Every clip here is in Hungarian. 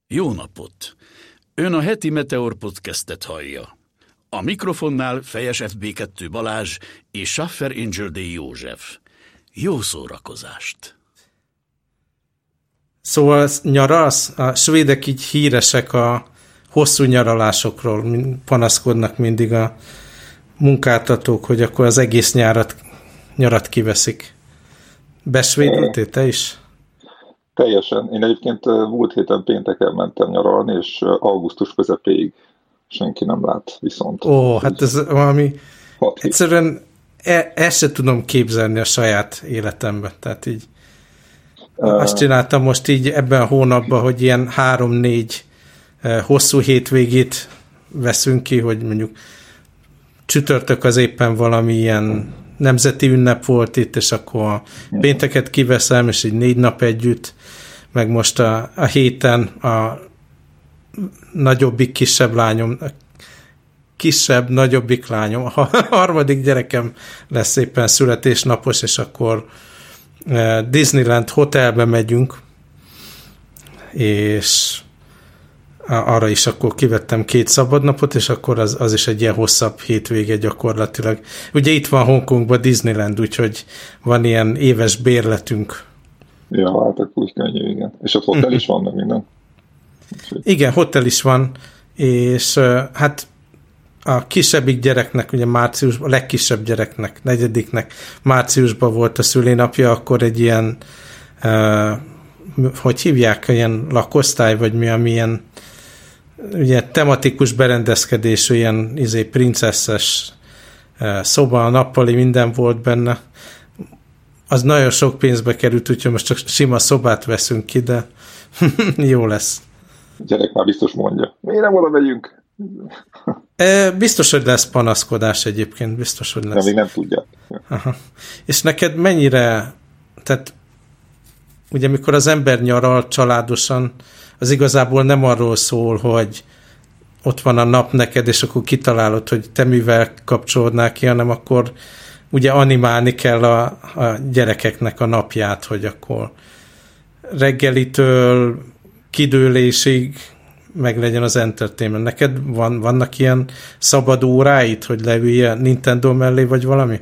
Jó napot! Ön a heti Meteor podcastet hallja. A mikrofonnál Fejes FB2 Balázs és Schaffer Angel D. József. Jó szórakozást! Szóval nyaralsz? A svédek így híresek a hosszú nyaralásokról, panaszkodnak mindig a munkáltatók, hogy akkor az egész nyarat kiveszik. Besvédültél te is? Teljesen. Én egyébként múlt héten pénteken mentem nyaralni, és augusztus közepéig senki nem lát viszont. Ó, hát ez valami... Egyszerűen ezt se tudom képzelni a saját életemben. Tehát így azt csináltam most így ebben a hónapban, hogy ilyen 3-4 hosszú hétvégét veszünk ki, hogy mondjuk csütörtök az éppen valami ilyen nemzeti ünnep volt itt, és akkor a pénteket kiveszem, és így 4 nap együtt, meg most a héten a nagyobbik, nagyobbik lányom, a harmadik gyerekem lesz éppen születésnapos, és akkor Disneyland hotelbe megyünk, és arra is akkor kivettem 2 szabadnapot, és akkor az is egy ilyen hosszabb hétvége gyakorlatilag. Ugye itt van Hongkongban Disneyland, úgyhogy van ilyen éves bérletünk. Ja, hát akkor úgy könnyű, igen. És ott hotel is van, meg minden? Igen, hotel is van, és hát a kisebbik gyereknek, ugye márciusban, a legkisebb gyereknek, 4. márciusban volt a szülinapja, akkor egy ilyen hogy hívják, ilyen lakosztály, vagy mi, amilyen ugye tematikus berendezkedésű, ilyen princeszes szoba, a nappali, minden volt benne. Az nagyon sok pénzbe került, úgyhogy most csak sima szobát veszünk ki, de jó lesz. A gyerek már biztos mondja. Miért nem oda megyünk? Biztos, hogy lesz panaszkodás egyébként, biztos, hogy lesz. De még nem tudják. Aha. És neked mennyire, tehát ugye mikor az ember nyaral családosan, az igazából nem arról szól, hogy ott van a nap neked, és akkor kitalálod, hogy te mivel kapcsolódnál ki, hanem akkor ugye animálni kell a gyerekeknek a napját, hogy akkor reggelitől kidőlésig meg legyen az entertainment. Neked vannak ilyen szabad óráid, hogy leülj a Nintendo mellé, vagy valami?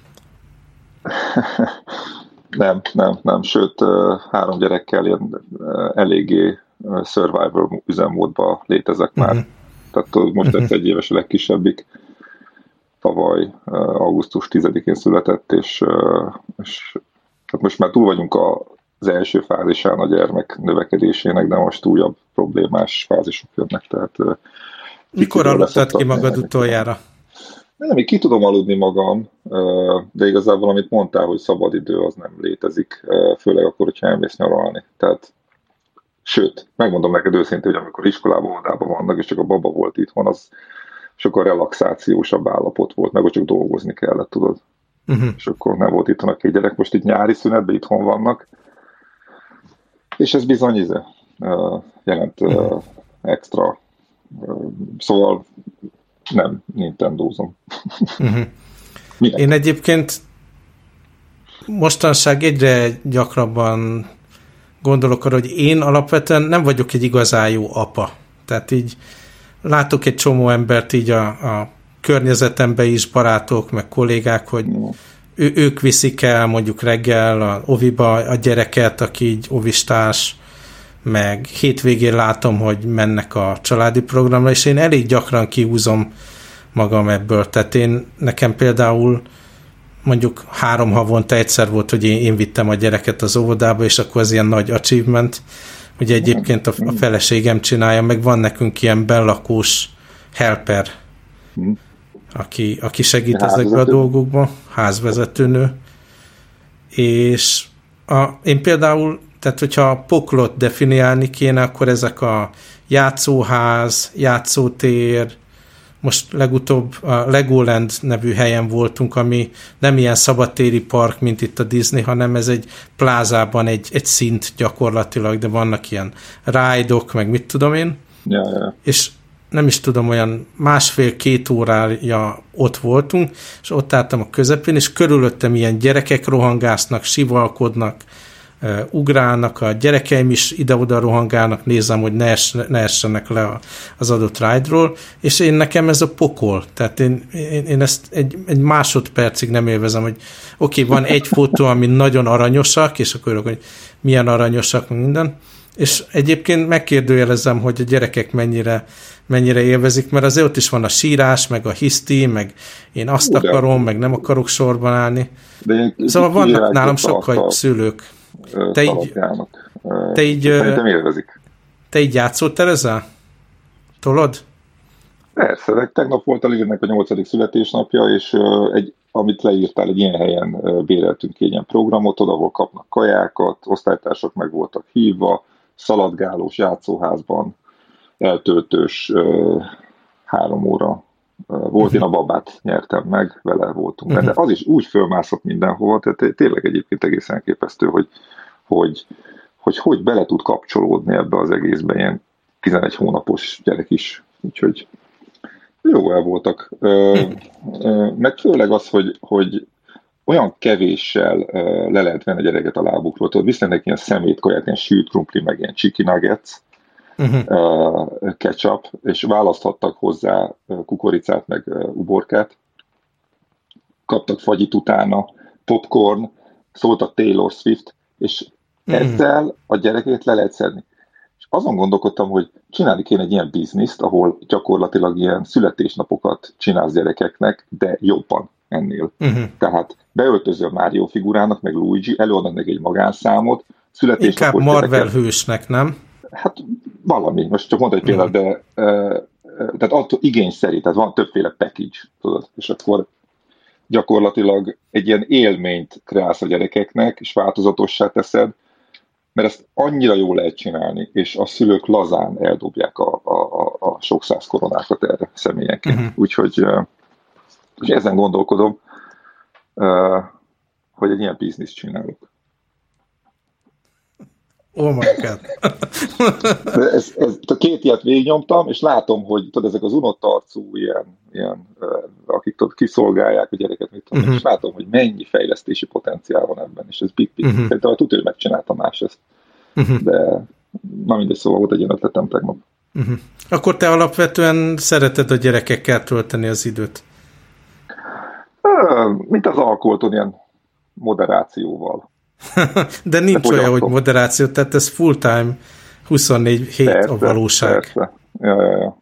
Nem. Sőt, 3 gyerekkel ilyen eléggé survival üzemmódban létezek már. Tehát most lett 1 éves a legkisebbik. Tavaly augusztus 10-én született, és hát most már túl vagyunk az első fázisán a gyermek növekedésének, de most újabb problémás fázisok jönnek. Tehát, mikor aludtad ki magad utoljára? Nem, ki tudom aludni magam, de igazából amit mondtál, hogy szabadidő, az nem létezik, főleg akkor, hogyha elmész nyaralni. Tehát, sőt, megmondom neked őszintén, hogy amikor iskolában, óvodában vannak, és csak a baba volt itthon, az sokkal relaxációsabb állapot volt, meg csak dolgozni kellett, tudod. És akkor nem volt itthon a 2 gyerek, most itt nyári szünetben itthon vannak, és ez bizony jelent extra. Szóval nem Nintendózom. Én egyébként mostanság egyre gyakrabban gondolok arra, hogy én alapvetően nem vagyok egy igazán jó apa. Tehát így látok egy csomó embert így a környezetemben is, barátok, meg kollégák, hogy ők viszik el mondjuk reggel a oviba a gyereket, aki így ovistárs, meg hétvégén látom, hogy mennek a családi programra, és én elég gyakran kihúzom magam ebből. Tehát nekem például mondjuk 3 havonta egyszer volt, hogy én vittem a gyereket az óvodába, és akkor az ilyen nagy achievement. Ugye egyébként a feleségem csinálja, meg van nekünk ilyen bellakós helper, aki segít ezekbe a dolgokba, házvezetőnő. És én például, tehát hogyha a poklot definiálni kéne, akkor ezek a játszóház, játszótér, most legutóbb a Legoland nevű helyen voltunk, ami nem ilyen szabadtéri park, mint itt a Disney, hanem ez egy plázában egy szint gyakorlatilag, de vannak ilyen ride-ok, meg mit tudom én. Ja. És nem is tudom, olyan 1,5-2 órája ott voltunk, és ott álltam a közepén, és körülöttem ilyen gyerekek rohangásznak, sivalkodnak, ugrálnak, a gyerekeim is ide-oda rohangálnak, nézem, hogy ne essenek le az adott ride-ról, és nekem ez a pokol. Tehát én ezt egy másodpercig nem élvezem, hogy oké, van egy fotó, ami nagyon aranyosak, és akkor hogy milyen aranyosak, minden, és egyébként megkérdőjelezem, hogy a gyerekek mennyire élvezik, mert azért ott is van a sírás, meg a hiszti, meg én azt akarom, meg nem akarok sorban állni. Szóval vannak nálam sokkal jobb szülők. Te így játszottál ezzel? Tolod? Persze, tegnap volt a Lilinek a 8. születésnapja, és amit leírtál, egy ilyen helyen béreltünk egy ilyen programot, oda, ahol kapnak kajákat, osztálytársak meg voltak hívva, szaladgálós játszóházban, eltöltős 3 óra volt, én a babát nyertem meg, vele voltunk, de az is úgy fölmászott mindenhol, tehát tényleg egyébként egészen elképesztő, hogy bele tud kapcsolódni ebbe az egészbe ilyen 11 hónapos gyerek is, úgyhogy jó el voltak. Meg főleg az, hogy olyan kevéssel le lehet venni a gyereket a lábukról, tudod, visznek neki ilyen szemétkaját, ilyen sült krumpli, meg ilyen chicken nuggets, ketchup, és választhattak hozzá kukoricát, meg uborkát, kaptak fagyit utána, popcorn, szólt a Taylor Swift, és ezzel a gyerekét le lehet szedni. És azon gondolkodtam, hogy csinálni kéne egy ilyen bizniszt, ahol gyakorlatilag ilyen születésnapokat csinálsz gyerekeknek, de jobban ennél. Tehát beöltözöl Mario figurának, meg Luigi, előadnak neki egy magánszámot, születésnapot inkább Marvel gyereket, hősnek, nem? Hát valami, most csak mondta egy példát, de tehát attól igény szerint, tehát van többféle package, tudod, és akkor gyakorlatilag egy ilyen élményt kreálsz a gyerekeknek, és változatossá teszed, mert ezt annyira jól lehet csinálni, és a szülők lazán eldobják a sok száz koronákat erre személyenként. Úgyhogy ezen gondolkodom, hogy egy ilyen bizniszt csinálok. Oh my God. ez 2 ilyet végignyomtam, és látom, hogy tudod, ezek az unott arcú ilyen akik tudod, kiszolgálják a gyereket, és látom, hogy mennyi fejlesztési potenciál van ebben, és ez big. Szerintem tudja, hogy megcsinálta más ezt. De na mindegy, szóval volt egy ilyen ötletem tegnap. Akkor te alapvetően szereted a gyerekekkel tölteni az időt? Mint az alkoholton, ilyen moderációval. De nincs olyan, hogy moderáció, tehát ez full-time 24 hét persze, a valóság. Persze. Ja.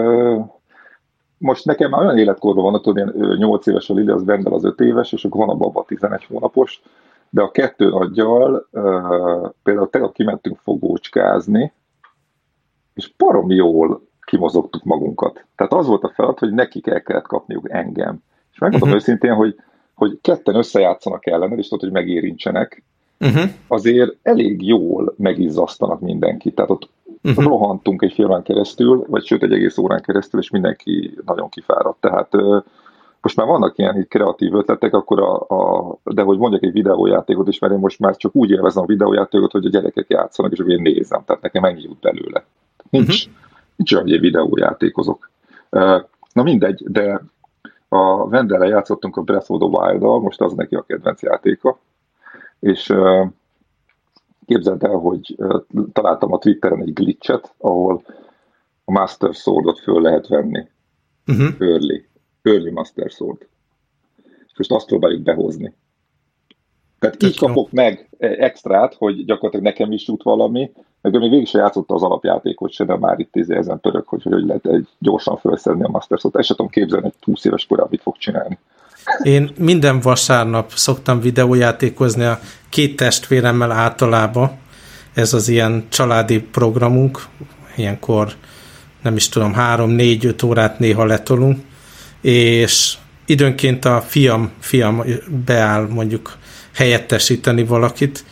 Most nekem már olyan életkorban van, hogy ilyen 8 éves a Lili, az Vendel az 5 éves, és akkor van a baba 11 hónapos, de a 2 nagygyal például tegnap kimentünk fogócskázni, és baromi jól kimozogtuk magunkat. Tehát az volt a feladat, hogy nekik el kellett kapniuk engem. És megmondom őszintén, hogy ketten összejátszanak ellened, és tudod, hogy megérintsenek, azért elég jól megizzasztanak mindenkit. Tehát ott rohantunk egy fél órán keresztül, vagy sőt egy egész órán keresztül, és mindenki nagyon kifáradt. Tehát most már vannak ilyen kreatív ötletek, akkor de hogy mondjak egy videójátékot is, mert én most már csak úgy élvezem a videójátékot, hogy a gyerekek játszanak, és akkor én nézem. Tehát nekem ennyi jut belőle. Nincs olyan, hogy egy videójátékozok. Na mindegy, de a Vendellel játszottunk a Breath of the Wild-dal, most az neki a kedvenc játéka, és képzeld el, hogy találtam a Twitteren egy glitchet, ahol a Master Sword-ot föl lehet venni. Early Master Sword. És most azt próbáljuk behozni. Tehát így kapok meg extrát, hogy gyakorlatilag nekem is jut valami, meg még végig sem játszotta az alapjátékot se, de már itt ezen pörög, hogy lehet gyorsan felszedni a Master Sword-t. Ezt sem tudom képzelni, hogy 20 éves korában mit fog csinálni. Én minden vasárnap szoktam videójátékozni a 2 testvéremmel általában. Ez az ilyen családi programunk. Ilyenkor nem is tudom, 3-4-5 órát néha letolunk. És időnként a fiam beáll mondjuk helyettesíteni valakit,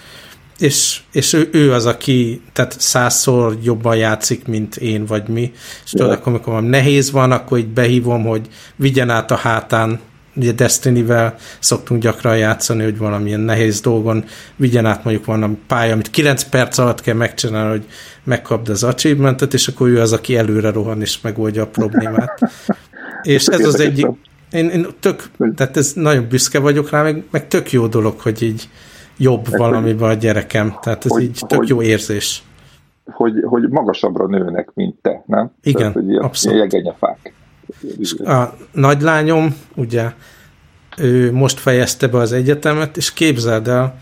és ő az, aki tehát 100-szor jobban játszik, mint én vagy mi. És tudod, akkor amikor nehéz van, akkor így behívom, hogy vigyen át a hátán. Ugye Destiny-vel szoktunk gyakran játszani, hogy valamilyen nehéz dolgon vigyen át mondjuk valami pálya, amit 9 perc alatt kell megcsinálni, hogy megkapd az achievementet, és akkor ő az, aki előre rohan és megoldja a problémát. És ez az egyik, én tehát ez nagyon büszke vagyok rá, meg tök jó dolog, hogy így jobb valamiben a gyerekem. Tehát ez így tök jó érzés. Hogy magasabbra nőnek, mint te, nem? Igen, tehát, abszolút. Jegenyefák. A nagylányom, ugye, ő most fejezte be az egyetemet, és képzeld el,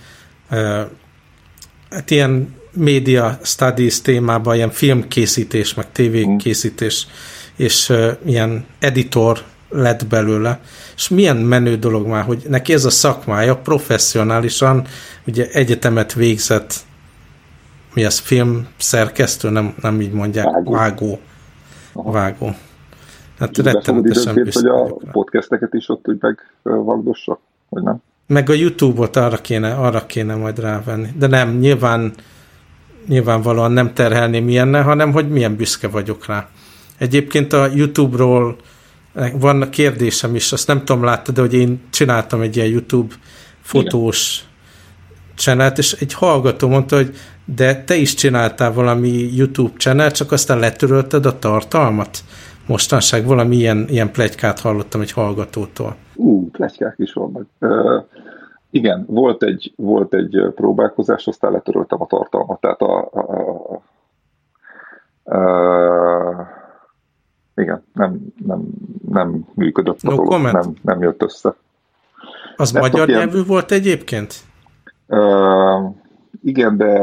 hát ilyen media studies témában, ilyen filmkészítés, meg tévékészítés, és ilyen editor lett belőle, és milyen menő dolog már, hogy neki ez a szakmája professzionálisan, ugye egyetemet végzett, mi az, filmszerkesztő, nem így mondják, vágó. Hát rettenetesen büszke. Hogy a podcasteket is ott úgy megvagdossa, vagy nem? Meg a YouTube-ot arra kéne majd rávenni. De nem, nyilvánvalóan nem terhelném ilyennel, hanem hogy milyen büszke vagyok rá. Egyébként a YouTube-ról van kérdésem is, azt nem tudom, láttad, de hogy én csináltam egy ilyen YouTube fotós channelt, és egy hallgató mondta, hogy de te is csináltál valami YouTube channel, csak aztán letörölted a tartalmat. Mostanság valami ilyen pletykát hallottam egy hallgatótól. Pletykák is vannak. Igen, volt egy próbálkozás, aztán letöröltem a tartalmat. Tehát igen, nem működött a dolog, nem jött össze. Az ezt magyar nyelvű volt egyébként? Igen, de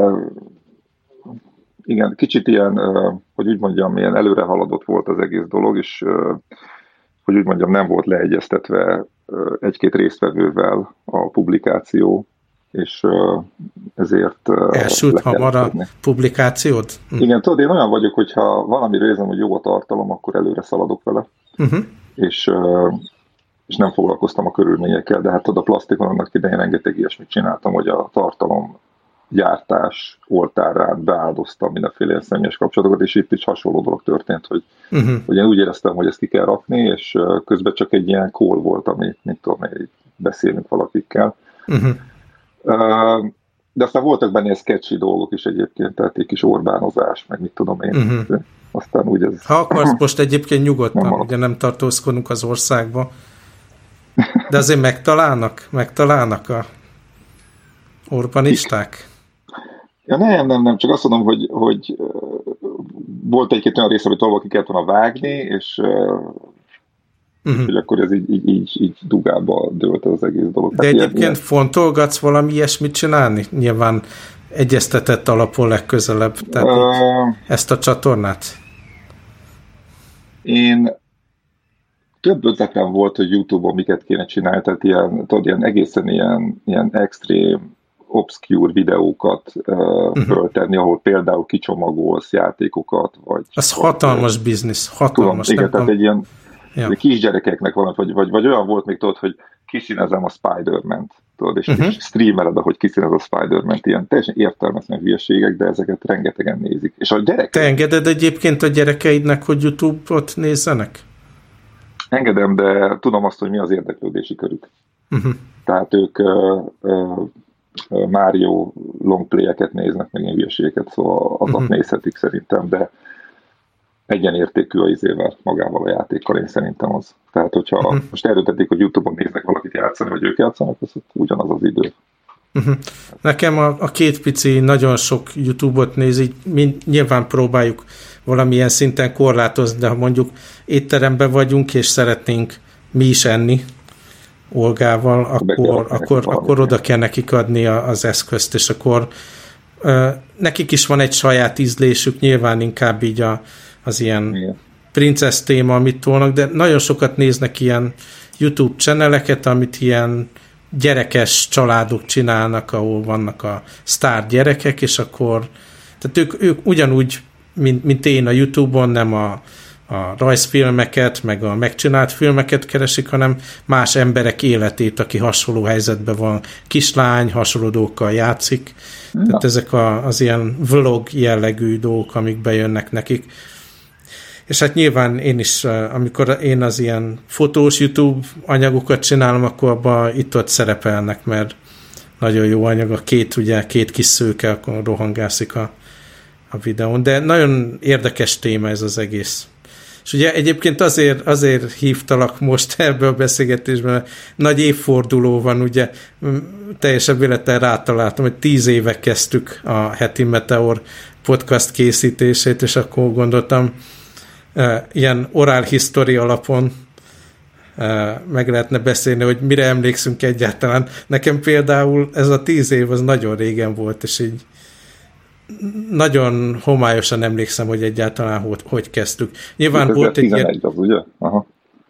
igen, kicsit ilyen, hogy úgy mondjam, ilyen előre haladott volt az egész dolog, és hogy úgy mondjam, nem volt leegyeztetve egy-két résztvevővel a publikáció, és ezért elsült hamar a publikációd? Igen, tudod, én olyan vagyok, hogyha valamiről érzem, hogy jó a tartalom, akkor előre szaladok vele, és nem foglalkoztam a körülményekkel, de hát tudod, a plastikon annak idején rengeteg ilyesmit csináltam, hogy a tartalom gyártás oltárán beáldoztam mindenféle személyes kapcsolatokat, és itt is hasonló dolog történt, hogy én úgy éreztem, hogy ezt ki kell rakni, és közben csak egy ilyen call volt, ami, mint tudom, beszélünk valakikkel. De aztán voltak benne ilyen sketchy dolgok is egyébként, tehát egy kis Orbánozás, meg mit tudom én. Aztán úgy ez... Ha akarsz, most egyébként nyugodtan, ugye nem tartózkodunk az országba, de azért megtalálnak a Orbánisták? Ja, nem, csak azt mondom, hogy volt egy-két olyan rész, amit valaki kellett volna vágni, és hogy akkor ez így dugába dőlt az egész dolog. De egyébként fontolgatsz valami ilyesmit csinálni? Nyilván egyeztetett alapon legközelebb, tehát ezt a csatornát? Én több ötletem volt, hogy YouTube-on miket kéne csinálni, tehát ilyen egészen ilyen extrém, obscure videókat föltenni, ahol például kicsomagolsz játékokat, vagy... Az hatalmas biznisz, hatalmas. Tudom, igen, tehát egy ilyen kisgyerekeknek van, vagy olyan volt még, tudod, hogy kiszínezem a Spider-Man-t, tudod, és streameled, ahogy kiszínez a Spider-Man-t, ilyen teljesen értelmetlen hülyeségek, de ezeket rengetegen nézik. És a gyerekek... Te engeded egyébként a gyerekeidnek, hogy YouTube-ot nézzenek? Engedem, de tudom azt, hogy mi az érdeklődési körük. Tehát ők Mario longplay-eket néznek, meg ilyen hülyeségeket, szóval azok nézhetik szerintem, de egyenértékű a izével, magával a játékkal, én szerintem az. Tehát, hogyha most eldöntették, hogy YouTube-on néznek valakit játszani, vagy ők játszanak, az ugyanaz az idő. Nekem a két pici nagyon sok YouTube-ot néz, így nyilván próbáljuk valamilyen szinten korlátozni, de ha mondjuk étteremben vagyunk, és szeretnénk mi is enni Olgával, akkor oda kell nekik adni az eszközt, és akkor nekik is van egy saját ízlésük, nyilván inkább így az ilyen princesz téma, amit tolnak, de nagyon sokat néznek ilyen YouTube channeleket, amit ilyen gyerekes családok csinálnak, ahol vannak a sztár gyerekek, és akkor tehát ők ugyanúgy, mint én a YouTube-on nem a rajzfilmeket, meg a megcsinált filmeket keresik, hanem más emberek életét, aki hasonló helyzetben van, kislány, hasonló dolgokkal játszik. Tehát ezek az ilyen vlog jellegű dolgok, amik bejönnek nekik. És hát nyilván én is, amikor én az ilyen fotós YouTube anyagokat csinálom, akkor abban itt-ott szerepelnek, mert nagyon jó anyag, a két kis szőke, akkor rohangászik a videón. De nagyon érdekes téma ez az egész. És ugye egyébként azért hívtalak most ebből a beszélgetésben, mert nagy évforduló van, ugye teljesen véletlenül rátaláltam, hogy 10 éve kezdtük a Heti Meteor podcast készítését, és akkor gondoltam, ilyen oral history alapon meg lehetne beszélni, hogy mire emlékszünk egyáltalán. Nekem például ez a 10 év az nagyon régen volt, és így nagyon homályosan emlékszem, hogy egyáltalán hogy kezdtük. Nyilván volt egy ilyen, az, ugye? Aha.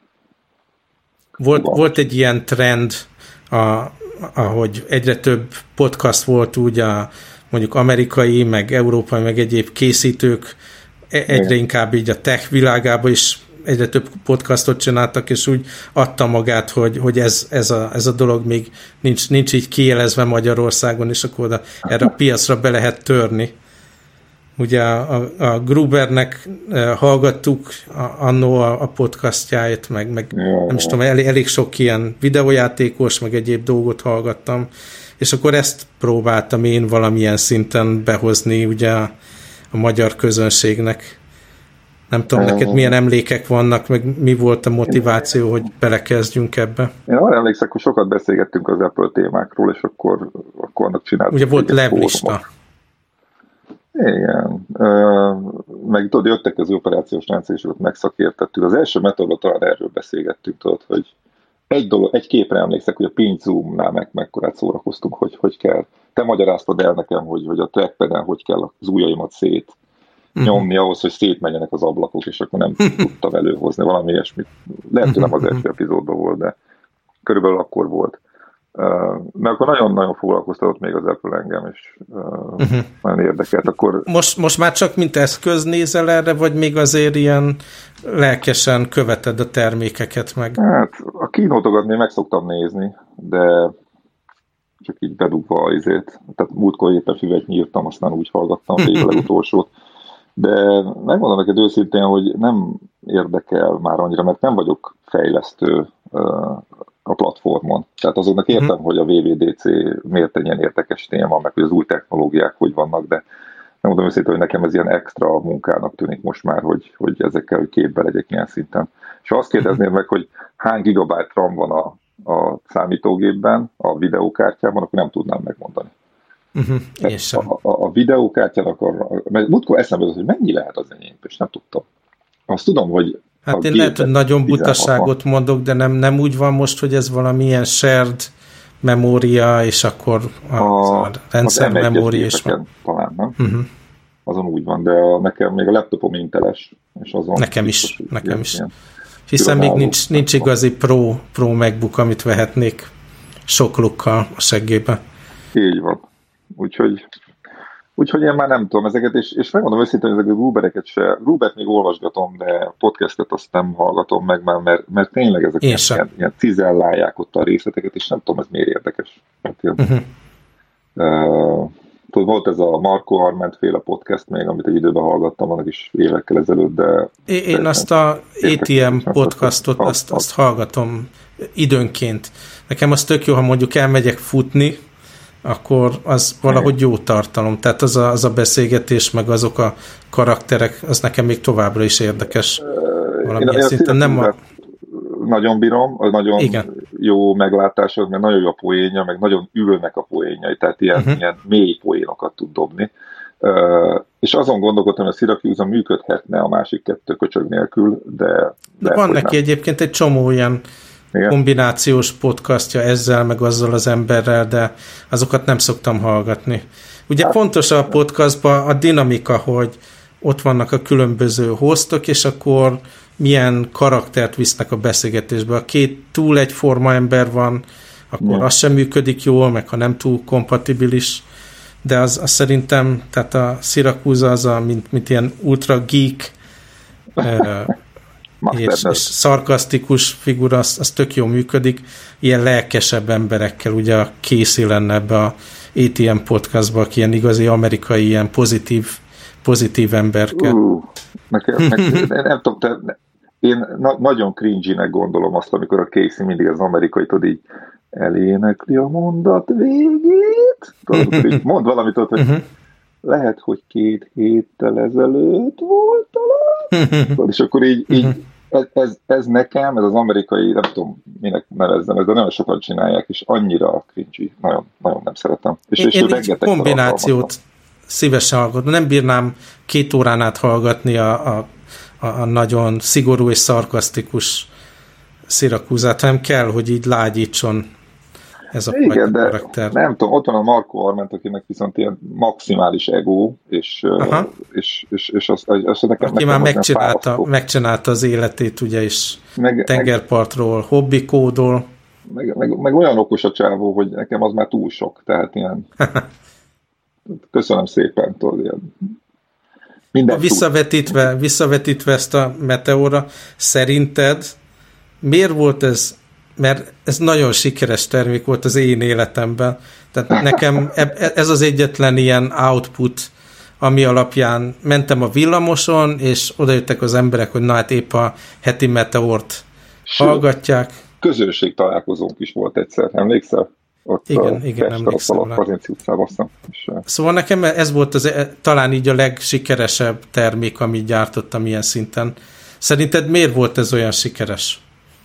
Volt egy ilyen trend, ahogy egyre több podcast volt úgy mondjuk amerikai, meg európai, meg egyéb készítők egyre inkább így a tech világában is egyre több podcastot csináltak, és úgy adta magát, hogy ez a dolog még nincs így kijelezve Magyarországon, és akkor erre a piacra be lehet törni. Ugye a Grubernek hallgattuk annó a podcastjáit, meg nem is tudom, elég sok ilyen videójátékos, meg egyéb dolgot hallgattam, és akkor ezt próbáltam én valamilyen szinten behozni ugye a magyar közönségnek. Nem tudom, neked milyen emlékek vannak, meg mi volt a motiváció, hogy belekezdjünk ebbe? Én arra emlékszek, hogy sokat beszélgettünk az Apple témákról, és akkor annak csináltuk. Ugye volt levlista. Igen. Meg tudod, jöttek az operációs rendszer, és ott megszakértettük. Az első metódban talán erről beszélgettünk, tudod, hogy egy képre emlékszek, hogy a Pin Zoom-nál mekkorát szórakoztunk, hogy kell. Te magyaráztad el nekem, hogy a trackpaden hogy kell az ujjaimat nyomni ahhoz, hogy szétmenjenek az ablakok, és akkor nem tudtam előhozni valami ilyesmit. Lehet, hogy nem az első epizódban volt, de körülbelül akkor volt. Mert akkor nagyon-nagyon foglalkoztatott még az Apple engem, és nagyon érdekelt. Akkor... Most már csak mint eszköz nézel erre, vagy még azért ilyen lelkesen követed a termékeket meg? Hát a kínótokat még meg szoktam nézni, de csak így bedugva azért. Tehát múltkor éppen füvet nyírtam, aztán úgy hallgattam végül a legutolsót. De megmondom neked őszintén, hogy nem érdekel már annyira, mert nem vagyok fejlesztő a platformon. Tehát azoknak értem, hogy a WWDC miért egy ilyen érdekes téma, meg hogy az új technológiák hogy vannak, de nem mondom őszintén, hogy nekem ez ilyen extra munkának tűnik most már, hogy ezekkel hogy képbe legyek ilyen szinten. És ha azt kérdeznéd meg, hogy hány gigabyte RAM van a számítógépben, a videókártyában, akkor nem tudnám megmondani. A videókártyának mert múltkor eszembe jutott, hogy mennyi lehet az enyém, és nem tudtam. Azt tudom, hogy hát én lehet, hogy nagyon butaságot mondok, de nem úgy van most, hogy ez valamilyen shared memória, és akkor a rendszer memória is van. Talán, nem? Azon úgy van, de nekem még a laptopom Inteles, és azon... Nekem is. Hiszen még nincs igazi pro MacBook, amit vehetnék sok lukkal a seggébe. Így van. Úgyhogy én már nem tudom ezeket, és megmondom őszintén, hogy ezek a Grubereket Grubert még olvasgatom, de podcastet azt nem hallgatom meg már, mert tényleg ezek ilyen cizellálják ott a részleteket, és nem tudom, ez miért érdekes. Tudod, volt ez a Marco Arment féle podcast még, amit egy időben hallgattam, annak is évekkel ezelőtt, de... Én azt a ATM podcastot, azt hallgatom időnként. Nekem az tök jó, ha mondjuk elmegyek futni, akkor az valahogy jó tartalom. Tehát az a beszélgetés, meg azok a karakterek, az nekem még továbbra is érdekes. Valamilyen szinten nem nagyon bírom, nagyon jó meglátásod, mert nagyon jó a poénja, meg nagyon ülnek a poénjai, tehát ilyen mély poénokat tud dobni. És azon gondolkodtam, hogy a Syracuse működhetne a másik kettő köcsög nélkül, de van neki egyébként egy csomó ilyen kombinációs podcastja ezzel, meg azzal az emberrel, de azokat nem szoktam hallgatni. Ugye fontos a podcastban a dinamika, hogy ott vannak a különböző hostok, és akkor milyen karaktert visznek a beszélgetésbe. Ha túl egyforma ember van, akkor az sem működik jól, meg ha nem túl kompatibilis, de az szerintem, tehát a Syracuse az mint ilyen ultra geek és szarkasztikus figura, az tök jól működik. Ilyen lelkesebb emberekkel, ugye a Casey lenne ebbe a ATM podcastba, aki ilyen igazi amerikai, ilyen pozitív emberke. Nem tudom, én nagyon cringy-nek gondolom azt, amikor a Casey mindig az amerikai, tudod így elénekli a mondat végét. Tudod, mond valamit ott, hogy lehet, hogy 2 héttel ezelőtt volt talán, És akkor így ez nekem, ez az amerikai, nem tudom, minek nevezzem, de nagyon sokan csinálják, és annyira cringy, nagyon, nagyon nem szeretem. Én egy kombinációt szívesen hallgatom. Nem bírnám 2 órán át hallgatni a nagyon szigorú és szarkasztikus Szirakúzát, hanem kell, hogy így lágyítson ez a igen, de karakter. Nem tudom, ott van a Marco Arment, akinek viszont ilyen maximális ego, és azt nekem... Aki már megcsinálta az életét, ugye, és tengerpartról, hobbikódol. Meg olyan okos a csávó, hogy nekem az már túl sok, tehát ilyen... Köszönöm szépen, tudod, ilyen... Visszavetítve ezt a Meteorra, szerinted miért volt ez? Mert ez nagyon sikeres termék volt az én életemben. Tehát nekem ez az egyetlen ilyen output, ami alapján mentem a villamoson, és odajöttek az emberek, hogy na hát épp a heti Meteort hallgatják. Közönség találkozónk is volt egyszer, emlékszel? Ott igen, emlékszem. Szóval nekem ez volt talán így a legsikeresebb termék, amit gyártottam ilyen szinten. Szerinted miért volt ez olyan sikeres?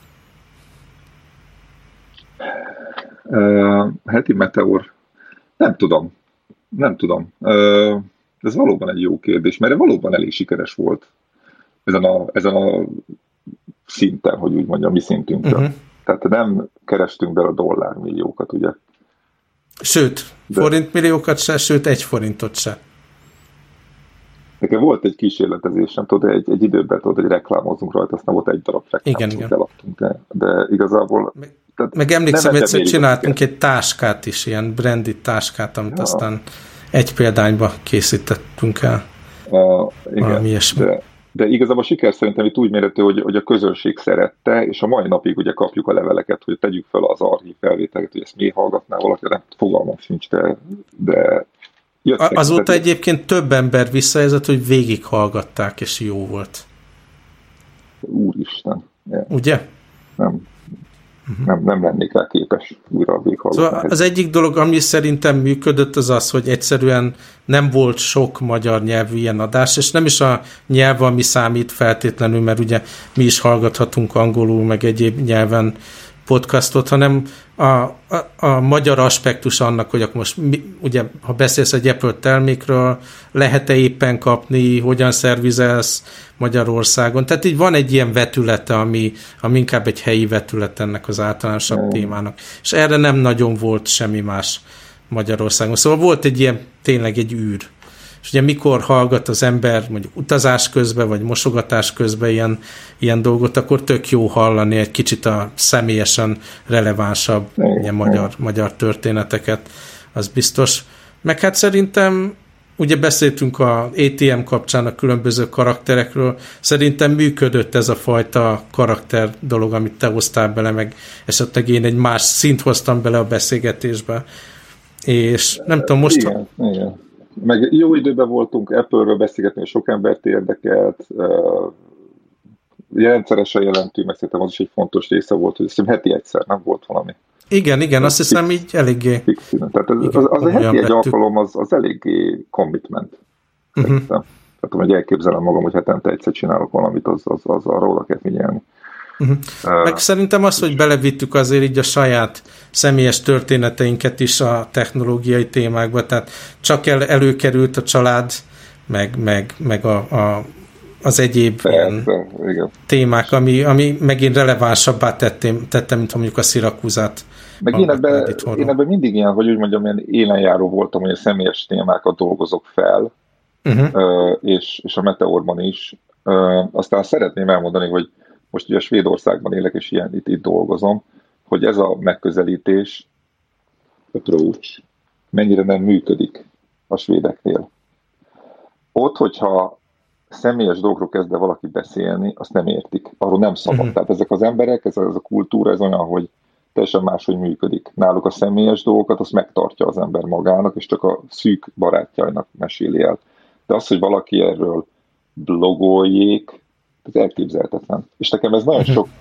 Heti Meteor. Nem tudom. Ez valóban egy jó kérdés, mert valóban elég sikeres volt ezen a szinten, hogy úgy mondjam, mi szintünkön. Tehát nem kerestünk bele a dollármilliókat, ugye? Sőt, forintmilliókat se, sőt 1 forintot se. Nekem volt egy kísérletezésem, tudod, egy időben hogy reklámozunk rajta, aztán volt egy darab reklámot, igen. eladtunk, de igazából... Meg emlékszem, egyszer csináltunk egy táskát is, ilyen branded táskát, amit aztán egy példányba készítettünk el. Igen, de igazából a siker szerintem itt úgy mérhető, hogy a közönség szerette, és a mai napig ugye kapjuk a leveleket, hogy tegyük fel az archív felvételeket, hogy ezt miért hallgatná valaki, nem fogalmam sincs, de azóta egyébként több ember visszajelzett, hogy végighallgatták, és jó volt. Úristen. Ugye? Nem lennék rá képes újra végighallgatni. Szóval az egyik dolog, ami szerintem működött, az, hogy egyszerűen nem volt sok magyar nyelvű ilyen adás, és nem is a nyelv, ami számít feltétlenül, mert ugye mi is hallgathatunk angolul, meg egyéb nyelven podcastot, hanem a magyar aspektus annak, hogy akkor most ugye, ha beszélsz egy Apple termékről, lehet-e éppen kapni, hogyan szervizelsz Magyarországon. Tehát így van egy ilyen vetülete, ami inkább egy helyi vetület ennek az általánosabb témának. És erre nem nagyon volt semmi más Magyarországon. Szóval volt egy ilyen, tényleg egy űr. És ugye mikor hallgat az ember mondjuk utazás közben, vagy mosogatás közben ilyen dolgot, akkor tök jó hallani egy kicsit a személyesen relevánsabb ilyen magyar történeteket, az biztos. Meg hát szerintem, ugye beszéltünk a ATM kapcsán a különböző karakterekről, szerintem működött ez a fajta karakter dolog, amit te hoztál bele, meg esetleg én egy más szint hoztam bele a beszélgetésbe. És nem tudom, most... Igen. Meg jó időben voltunk Apple-ről beszélgetni, sok embert érdekelt, rendszeresen jelentő, meg szerintem az is egy fontos része volt, hogy azt heti egyszer nem volt valami. Igen, azt hiszem így eléggé... Tehát az a heti egy alkalom, az eléggé commitment. Tehát, hogy elképzelem magam, hogy hetente egyszer csinálok valamit, az arra oda kell figyelni. Meg szerintem az, hogy belevittük azért így a saját személyes történeteinket is a technológiai témákba, tehát csak előkerült a család, meg az egyéb témák, ami megint relevánsabbá tettem, mint mondjuk a Szirakúzát. Meg én ebben mindig ilyen, hogy úgy mondjam, ilyen élenjáró voltam, hogy a személyes témákat dolgozok fel, és a Meteorban is. Aztán szeretném elmondani, hogy most ugye Svédországban élek, és itt dolgozom, hogy ez a megközelítés, approach, mennyire nem működik a svédeknél. Ott, hogyha személyes dolgokról kezd valaki beszélni, azt nem értik. Arról nem szabad. Tehát ezek az emberek, ez a kultúra, ez olyan, hogy teljesen máshogy működik. Náluk a személyes dolgokat, azt megtartja az ember magának, és csak a szűk barátjainak meséli el. De az, hogy valaki erről blogoljék, ez elképzelhetetlen. És nekem ez nagyon sok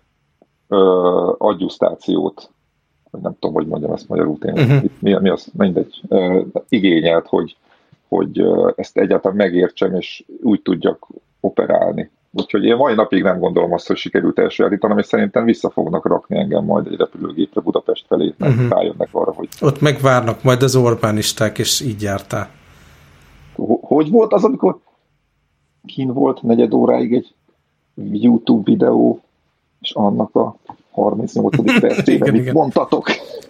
adjusztációt, nem tudom, hogy mondjam ezt magyarul tényleg, mi az, mindegy, igényelt, hogy ezt egyáltalán megértsem, és úgy tudjak operálni. Úgyhogy én mai napig nem gondolom azt, hogy sikerült elsajátítanom, és szerintem vissza fognak rakni engem majd egy repülőgépre Budapest felé, mert rájönnek arra, hogy... Ott megvárnak majd az Orbánisták, és így jártál. Hogy volt az, amikor kín volt 4 óráig egy YouTube videó, és annak a 38. percében mit mondtatok?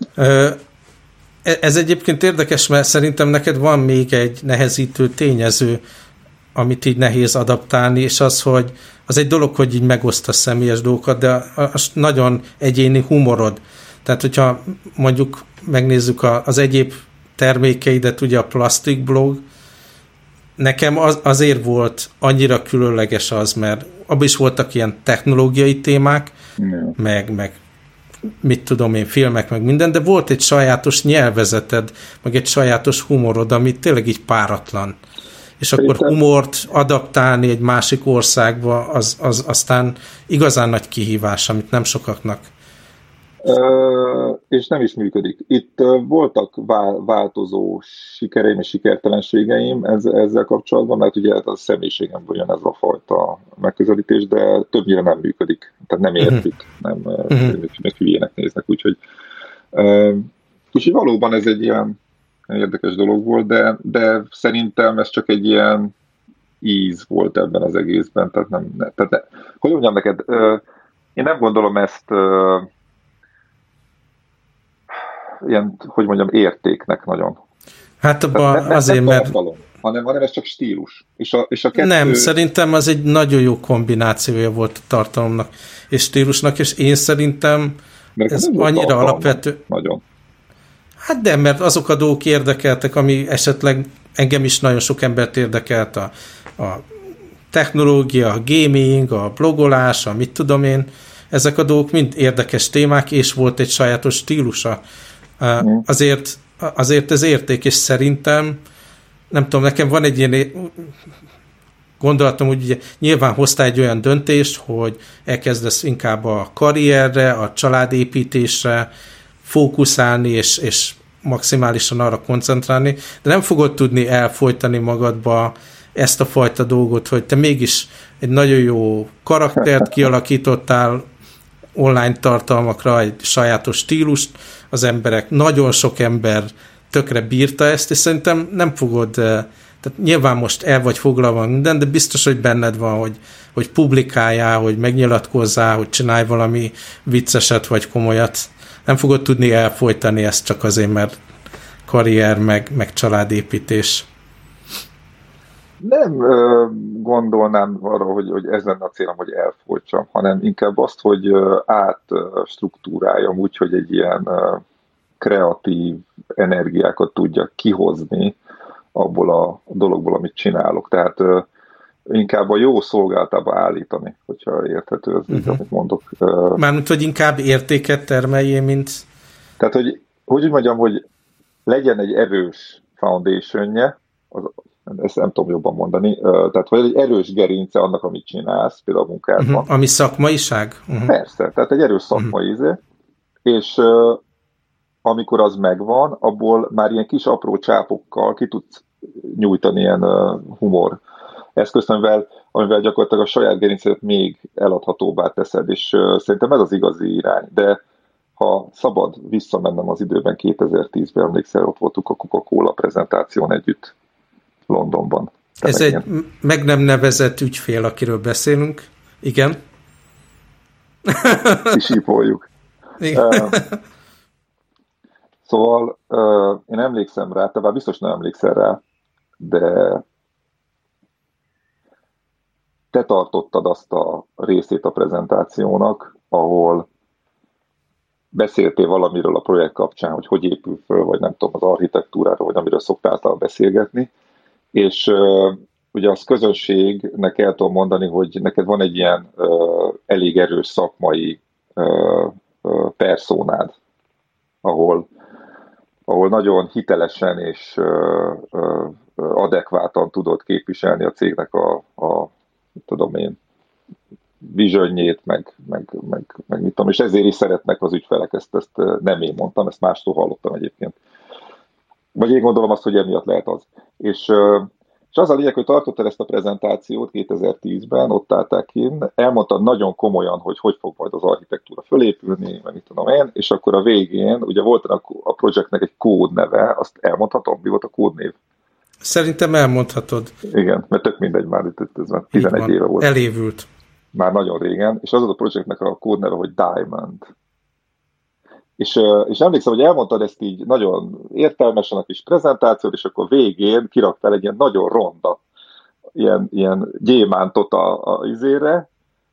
Ez egyébként érdekes, mert szerintem neked van még egy nehezítő tényező, amit így nehéz adaptálni, és az, hogy az egy dolog, hogy így megosztasz személyes dolgokat, de az nagyon egyéni humorod. Tehát, hogyha mondjuk megnézzük az egyéb termékeidet, ugye a Plastic Blog, nekem azért volt annyira különleges az, mert abban is voltak ilyen technológiai témák, meg mit tudom én, filmek, meg minden, de volt egy sajátos nyelvezeted, meg egy sajátos humorod, ami tényleg így páratlan. És akkor humort adaptálni egy másik országba, az aztán igazán nagy kihívás, amit nem sokaknak. És nem is működik. Itt voltak változó sikereim és sikertelenségeim ezzel kapcsolatban, mert ugye a személyiségemből jön ez a fajta megközelítés, de többnyire nem működik. Tehát nem értik, nem meg hülyének néznek. Úgyhogy valóban ez egy ilyen érdekes dolog volt, de szerintem ez csak egy ilyen íz volt ebben az egészben. Tehát hogy mondjam neked, én nem gondolom ezt ilyen, hogy mondjam, értéknek nagyon. Hát azért, mert... hanem ez csak stílus. És a kettő... Nem, szerintem az egy nagyon jó kombinációja volt a tartalomnak és stílusnak, és én szerintem ez annyira alapvető. Nagyon. Hát de, mert azok a dolgok érdekeltek, ami esetleg engem is nagyon sok embert érdekelt, a technológia, a gaming, a blogolás, a mit tudom én, ezek a dolgok mind érdekes témák, és volt egy sajátos stílusa. Azért ez érték, és szerintem, nem tudom, nekem van egy ilyen gondolatom, hogy ugye, nyilván hoztál egy olyan döntést, hogy elkezdesz inkább a karrierre, a családépítésre fókuszálni, és maximálisan arra koncentrálni, de nem fogod tudni elfolytani magadba ezt a fajta dolgot, hogy te mégis egy nagyon jó karaktert kialakítottál, online tartalmakra, egy sajátos stílust, az emberek, nagyon sok ember tökre bírta ezt, és szerintem nem fogod, tehát nyilván most el vagy foglalva minden, de biztos, hogy benned van, hogy publikáljál, hogy megnyilatkozzál, hogy csinálj valami vicceset vagy komolyat. Nem fogod tudni elfolytani ezt csak azért, mert karrier, meg családépítés. Nem gondolnám arra, hogy ez lenne a célom, hogy elfolytsam, hanem inkább azt, hogy átstruktúráljam úgy, hogy egy ilyen kreatív energiákat tudjak kihozni abból a dologból, amit csinálok. Tehát inkább a jó szolgáltába állítani, hogyha érthető az így, amit mondok. Mármint, hogy inkább értéket termeljél, mint... Tehát, hogy úgy mondjam, hogy legyen egy erős foundationje, ezt nem tudom jobban mondani, tehát vagy egy erős gerince annak, amit csinálsz, például a munkádban. Ami szakmaiság? Persze, tehát egy erős szakmai ízé, és amikor az megvan, abból már ilyen kis apró csápokkal ki tudsz nyújtani ilyen humor eszközt, amivel gyakorlatilag a saját gerincet még eladhatóbbá teszed, és szerintem ez az igazi irány. De ha szabad visszamennem az időben, 2010-ben emlékszel, ott voltunk a Coca-Cola prezentáción együtt Londonban. Ez egy meg nem nevezett ügyfél, akiről beszélünk. Igen. Kisípoljuk. Szóval én emlékszem rá, te bár biztos nem emlékszel rá, de te tartottad azt a részét a prezentációnak, ahol beszéltél valamiről a projekt kapcsán, hogy épül föl, vagy nem tudom, az architektúráról, vagy amiről szoktál beszélgetni, és ugye az közönségnek el tudom mondani, hogy neked van egy ilyen elég erős szakmai perszónád, ahol nagyon hitelesen és adekvátan tudod képviselni a cégnek a tudom én, visionjét, meg mit tudom, és ezért is szeretnek az ügyfelek, ezt nem én mondtam, ezt mástól hallottam egyébként. Vagy én gondolom azt, hogy emiatt lehet az. És És az a lényeg, hogy tartottál ezt a prezentációt 2010-ben, ott állták kint, elmondtad nagyon komolyan, hogy fog majd az architektúra fölépülni, meg mit tudom én, és akkor a végén, ugye volt a projektnek egy kódneve, azt elmondhatom, mi volt a kódnév? Szerintem elmondhatod. Igen, mert tök mindegy már, ez már 11 éve volt. Elévült. Már nagyon régen, és az a projektnek a kódneve, hogy Diamond. És emlékszem, hogy elmondtad ezt így nagyon értelmesen a kis prezentációt, és akkor végén kiraktál egy ilyen nagyon ronda, ilyen gyémántot a izére,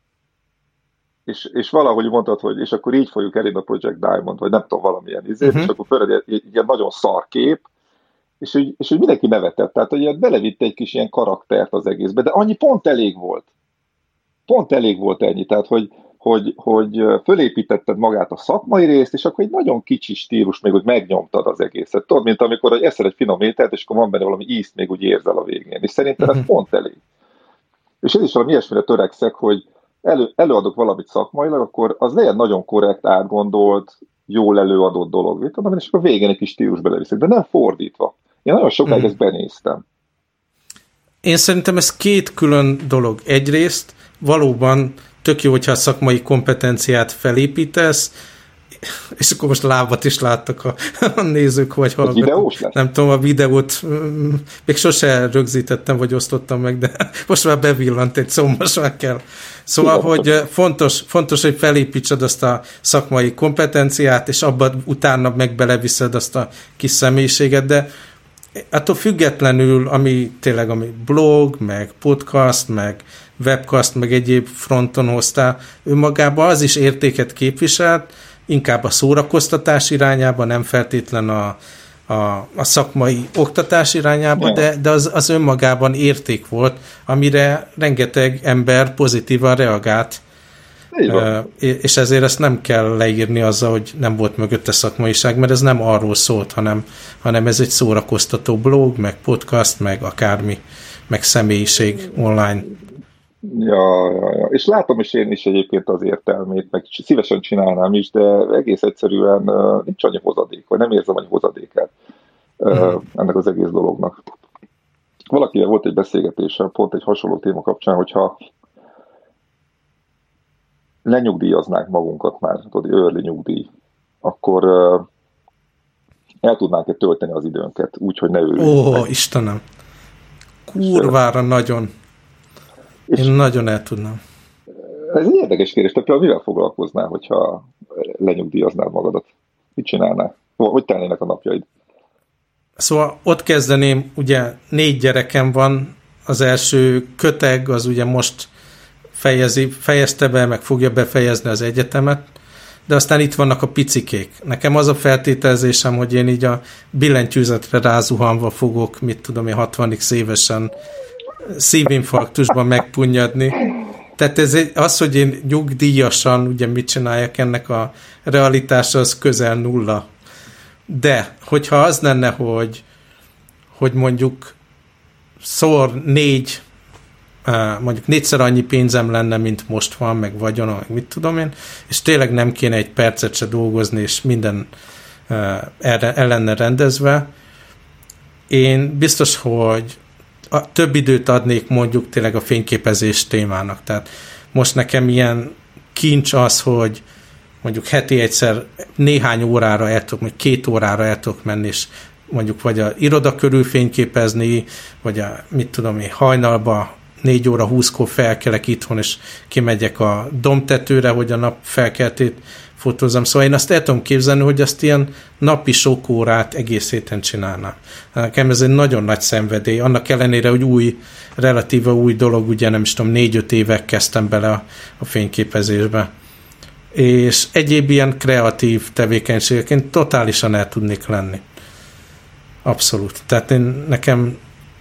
és valahogy mondtad, hogy és akkor így fogjuk elérni a Project Diamond, vagy nem tudom, valamilyen izét, és akkor föled egy ilyen nagyon szar kép, és hogy mindenki nevetett, tehát hogy ilyen belevitte egy kis ilyen karaktert az egészbe, de annyi pont elég volt. Pont elég volt ennyi, tehát hogy fölépítetted magát a szakmai részt, és akkor egy nagyon kicsi stílus még úgy megnyomtad az egészet. Tudod, mint amikor eszel egy finom ételt, és akkor van benne valami ízt, még úgy érzel a végén. És szerintem ez pont elég. És ez is valami ilyesmire törekszek, hogy előadok valamit szakmailag, akkor az legyen nagyon korrekt, átgondolt, jól előadott dolog. És akkor végén egy kis stílus beleviszek, de nem fordítva. Én nagyon sokáig ezt benéztem. Én szerintem ez két külön dolog. Egyrészt valóban tök jó, hogyha a szakmai kompetenciát felépítesz, és akkor most lábat is láttak a nézők, vagy hallgatók. Nem tudom, a videót még sose rögzítettem, vagy osztottam meg, de most már bevillant egy szó, most már kell. Szóval, hogy fontos, hogy felépítsed azt a szakmai kompetenciát, és abban utána meg beleviszed azt a kis személyiséget, de attól függetlenül, ami blog, meg podcast, meg webcast, meg egyéb fronton hoztál, önmagában az is értéket képviselt, inkább a szórakoztatás irányába, nem feltétlen a szakmai oktatás irányába, de az önmagában érték volt, amire rengeteg ember pozitívan reagált. És ezért ezt nem kell leírni azzal, hogy nem volt mögötte szakmaiság, mert ez nem arról szólt, hanem ez egy szórakoztató blog, meg podcast, meg akármi, meg személyiség online. Ja. És látom is én is egyébként az értelmét, meg szívesen csinálnám is, de egész egyszerűen nincs annyi hozadék, vagy nem érzem annyi hozadékát ennek az egész dolognak. Valakivel volt egy beszélgetésem, pont egy hasonló téma kapcsán, hogyha lenyugdíjaznánk magunkat már, tudod, early nyugdíj, akkor el tudnánk tölteni az időnket, úgyhogy ne őrüljünk. Istenem! Kurvára nagyon! Én nagyon el tudnám. Ez egy érdekes kérdés. Te például mivel foglalkoznál, hogyha lenyugdíjaznál magadat? Mit csinálnál? Hogy telnének a napjaid? Szóval ott kezdeném, ugye 4 gyerekem van, az első köteg, az ugye most fejezte be, meg fogja befejezni az egyetemet, de aztán itt vannak a picikék. Nekem az a feltételezésem, hogy én így a billentyűzetre rázuhanva fogok, mit tudom én, 60x évesen szívinfarktusban megpunnyadni. Tehát az, hogy én nyugdíjasan ugye mit csináljak, ennek a realitása az közel nulla. De, hogyha az lenne, hogy mondjuk mondjuk 4-szer annyi pénzem lenne, mint most van, meg vagyona, meg mit tudom én, és tényleg nem kéne egy percet se dolgozni, és minden el lenne rendezve, én biztos, hogy több időt adnék mondjuk tényleg a fényképezés témának. Tehát most nekem ilyen kincs az, hogy mondjuk heti egyszer néhány órára el tudok, vagy 2 órára el tudok menni, és mondjuk vagy a iroda körül fényképezni, vagy mit tudom én, hajnalba 4 óra 20-kor felkelek itthon, és kimegyek a dombtetőre, hogy a nap felkeltét fotózzam. Szóval én azt el tudom képzelni, hogy azt ilyen napi sok órát egész héten csinálná. Nekem ez egy nagyon nagy szenvedély. Annak ellenére, hogy relatíve új dolog, ugye nem is tudom, 4-5 éve kezdtem bele a fényképezésbe. És egyéb ilyen kreatív tevékenységeken totálisan el tudnék lenni. Abszolút. Tehát nekem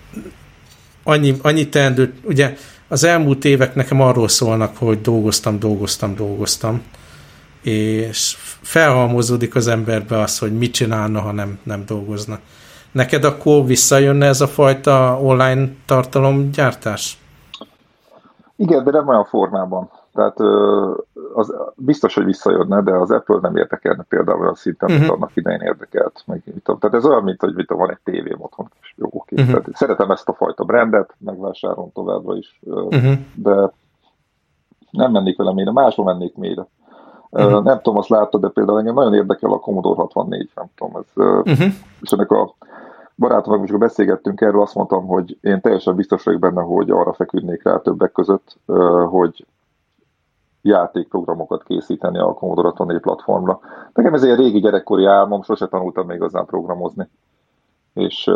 annyi teendőt, ugye az elmúlt évek nekem arról szólnak, hogy dolgoztam, és felhalmozódik az emberbe az, hogy mit csinálna, ha nem dolgozna. Neked akkor visszajönne ez a fajta online tartalomgyártás? Igen, de nem olyan formában. Tehát az biztos, hogy visszajönne, de az Apple nem érdekelne például olyan szinten, mint annak idején érdekelt. Tehát ez olyan, mint hogy van egy tévém otthon, és jó, oké. Tehát szeretem ezt a fajta brandet, megvásárolom továbbra is, de nem mennék vele mélyre, másról mennék mélyre. Nem tudom, azt láttad, de például engem nagyon érdekel a Commodore 64, nem tudom, és ennek a barátomnak, amikor beszélgettünk erről, azt mondtam, hogy én teljesen biztos vagyok benne, hogy arra feküdnék rá többek között, hogy játékprogramokat készíteni a Commodore 64 platformra. Nekem ez egy régi gyerekkori álmom, sose tanultam még igazán programozni. És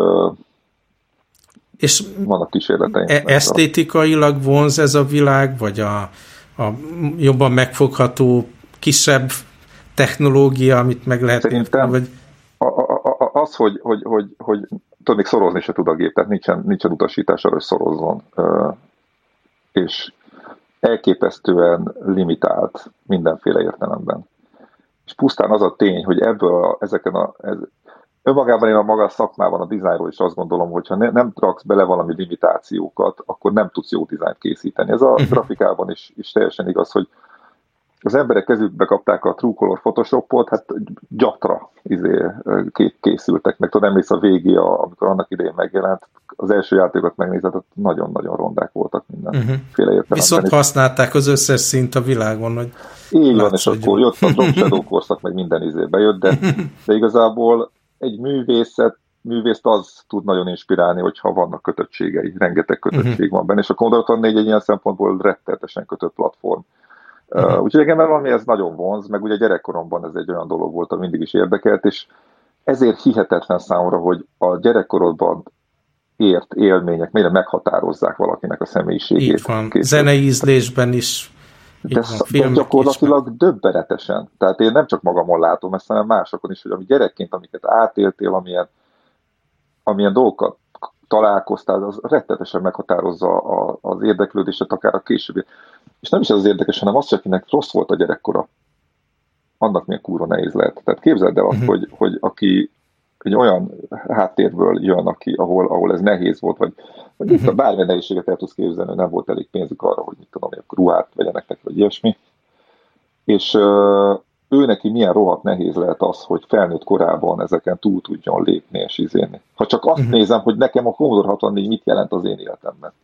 vannak kísérleteim. Esztétikailag vonz ez a világ, vagy a jobban megfogható, kisebb technológia, amit meg lehet... Szerintem vagy... az, hogy tudod, még szorozni se tud a gép, tehát nincsen utasítás arra, hogy szorozzon. És elképesztően limitált mindenféle értelemben. És pusztán az a tény, hogy önmagában én a maga szakmában, a dizájnról is azt gondolom, hogyha nem raksz bele valami limitációkat, akkor nem tudsz jó dizájnt készíteni. Ez a grafikában is teljesen igaz, hogy az emberek kezükbe kapták a Truecolor Photoshopot, hát gyatra készültek meg. Tudod, emléksz a VGA, amikor annak idején megjelent, az első játékokat megnézett, nagyon-nagyon rondák voltak mindenféle értelemben. Viszont használták az összes szint a világon, hogy így van, és akkor jött a Drop Shadow korszak, meg minden bejött, de igazából egy művészt az tud nagyon inspirálni, hogyha vannak kötöttségei, rengeteg kötöttség van benne, és a Commodore 64 egy ilyen szempontból rettenetesen kötött platform. Úgyhogy engem valami ez nagyon vonz, meg ugye gyerekkoromban ez egy olyan dolog volt, ami mindig is érdekelt, és ezért hihetetlen számomra, hogy a gyerekkorodban ért élmények mennyire meghatározzák valakinek a személyiségét. Így van, zenei ízlésben is. De gyakorlatilag is döbbenetesen. Tehát én nem csak magamon látom ezt, hanem másokon is, hogy ami gyerekként, amiket átéltél, amilyen dolgokat találkoztál, az rettenetesen meghatározza az érdeklődéset, akár a későbbi. És nem is ez az érdekes, hanem az, akinek rossz volt a gyerekkora, annak milyen kurva nehéz lehet. Tehát képzeld el azt, hogy aki egy olyan háttérből jön, ahol ez nehéz volt, vagy itt a bármilyen nehézséget el tudsz képzelni, nem volt elég pénzük arra, hogy mit tudom, ruhát vegyenek neki, vagy ilyesmi. És ő neki milyen rohadt nehéz lehet az, hogy felnőtt korában ezeken túl tudjon lépni és izélni. Ha csak azt nézem, hogy nekem a Commodore 64 mit jelent az én életemben.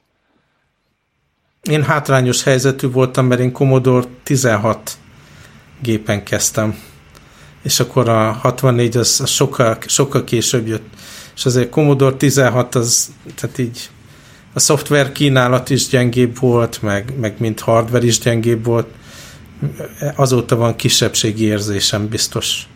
Én hátrányos helyzetű voltam, mert én Commodore 16 gépen kezdtem. És akkor a 64 az sokkal később jött. És azért Commodore 16 tehát így a szoftver kínálat is gyengébb volt, meg mint hardware is gyengébb volt. Azóta van kisebbségi érzésem biztos.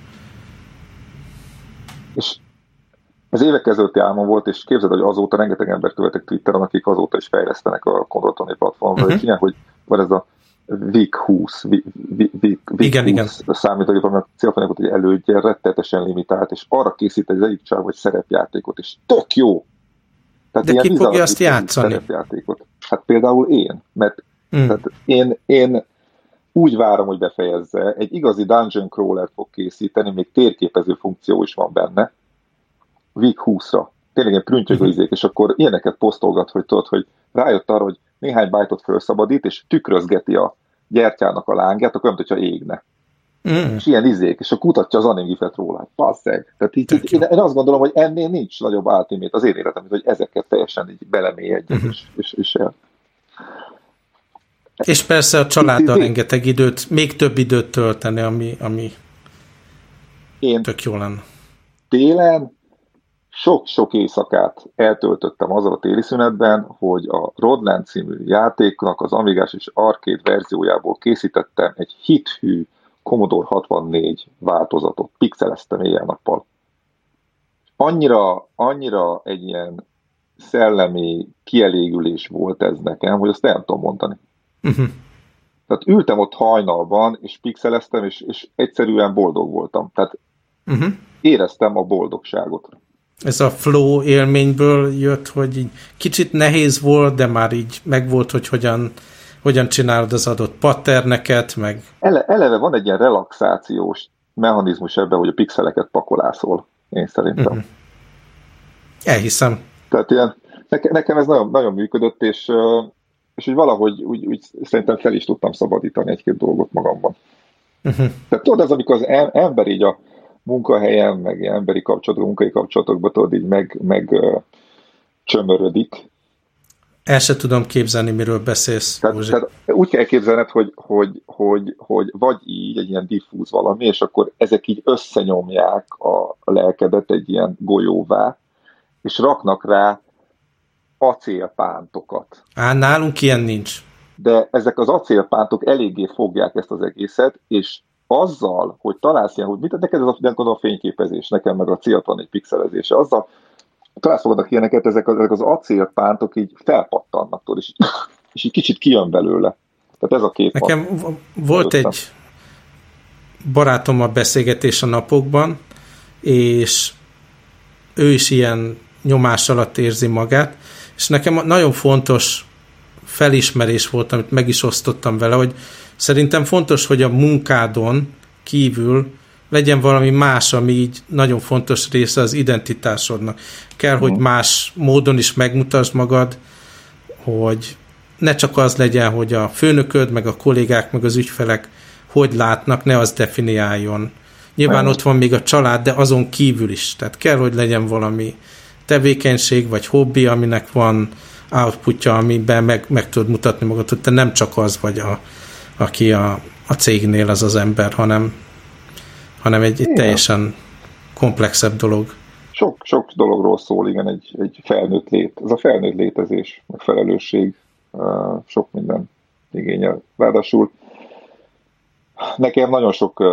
És ez évek ezelőtti álmom volt, és képzeld, hogy azóta rengeteg embert követek Twitteren, akik azóta is fejlesztenek a Commodore platformra, és ilyen, hogy van ez a VIC 20, igen. számítógép, ami a célfanyagot egy elődje, rettenetesen limitált, és arra készít egy egyik csáv, vagy szerepjátékot, és tök jó! Tehát de ki fogja azt játszani? Szerepjátékot. Hát például én, mert tehát én úgy várom, hogy befejezze, egy igazi dungeon crawler fog készíteni, még térképező funkció is van benne, VIC 20-ra. Tényleg egy prüntjögő izék, és akkor ilyeneket posztolgat, hogy tudod, hogy rájött arra, hogy néhány bájtot felszabadít, és tükrözgeti a gyertyának a lángját, akkor nem tudja, hogy égne. És ilyen izék, és akkor kutatja az animgifet róla. Basszeg. Tehát én azt gondolom, hogy ennél nincs nagyobb ultimate az én életem, hogy ezeket teljesen így belemélyedjek, és el. És persze a családdal rengeteg időt, még több időt tölteni, ami tök jó lenne. Télen sok-sok éjszakát eltöltöttem azzal a téli szünetben, hogy a Rodland című játéknak az Amigás és Arcade verziójából készítettem egy hithű Commodore 64 változatot, pixeleztem éjjel-nappal. Annyira egy ilyen szellemi kielégülés volt ez nekem, hogy azt nem tudom mondani. Tehát ültem ott hajnalban, és pixeleztem, és egyszerűen boldog voltam. Tehát éreztem a boldogságot. Ez a flow élményből jött, hogy így kicsit nehéz volt, de már így megvolt, hogy hogyan csinálod az adott patterneket, meg... Eleve van egy ilyen relaxációs mechanizmus ebben, hogy a pixeleket pakolászol, én szerintem. Elhiszem. Tehát ilyen, nekem ez nagyon, nagyon működött, és és úgy valahogy úgy szerintem fel is tudtam szabadítani egy-két dolgot magamban. Tehát tudod, az, amikor az ember így a munkahelyen, meg emberi kapcsolatok, munkai kapcsolatokban tudod, így meg csömörödik. El se tudom képzelni, miről beszélsz. Tehát úgy kell képzelned, hogy vagy így egy ilyen diffúz valami, és akkor ezek így összenyomják a lelkedet egy ilyen golyóvá, és raknak rá acélpántokat. Nálunk ilyen nincs. De ezek az acélpántok eléggé fogják ezt az egészet, és azzal, hogy találsz ilyen, hogy mit neked ez a fényképezés, nekem meg a céltani pixelezése, azzal találsz fogadnak ilyeneket, ezek az acélpántok így felpattannak, és így kicsit kijön belőle. Tehát ez a kép. Nekem volt egy barátommal beszélgetés a napokban, és ő is ilyen nyomás alatt érzi magát, és nekem nagyon fontos felismerés volt, amit meg is osztottam vele, hogy szerintem fontos, hogy a munkádon kívül legyen valami más, ami így nagyon fontos része az identitásodnak. Kell, hogy más módon is megmutasd magad, hogy ne csak az legyen, hogy a főnököd, meg a kollégák, meg az ügyfelek hogy látnak, ne az definiáljon. Nyilván ott van még a család, de azon kívül is. Tehát kell, hogy legyen valami tevékenység, vagy hobbi, aminek van outputja, amiben meg tudod mutatni magad, hogy te nem csak az vagy, aki a cégnél az ember, hanem egy teljesen komplexebb dolog. Sok dologról szól, igen, egy felnőtt lét. Ez a felnőtt létezés, meg felelősség, sok minden igényel. Ráadásul nekem nagyon sok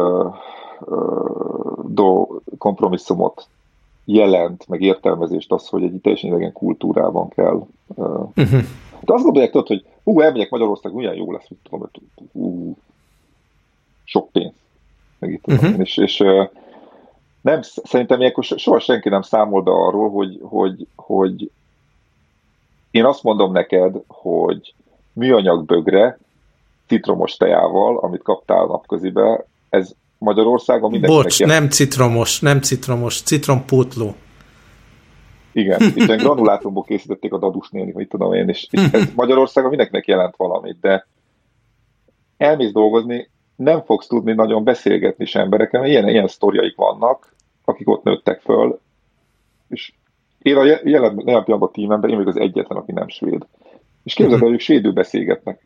kompromisszumot jelent, meg értelmezést az, hogy egy teljesen idegen kultúrában kell. De azt gondolják, tudod, hogy elmegyek Magyarország, olyan jó lesz, mit tudom, hogy sok pénz. Meg itt és nem, szerintem ilyenkor soha senki nem számol be arról, hogy én azt mondom neked, hogy műanyag bögre citromos tejával, amit kaptál napközibe, ez Magyarországon mindenkinek... Bocs, nem citromos, citrompótló. Igen, itt granulátumból készítették a Dadus néni, mit tudom én, és ez Magyarországon mindenkinek jelent valamit, de elmész dolgozni, nem fogsz tudni nagyon beszélgetni sem emberekkel, mert ilyen sztoriaik vannak, akik ott nőttek föl, és én a jelen pillanatban a tímemben, én még az egyetlen, aki nem svéd. És képzeld, hogy ők svédül beszélgetnek.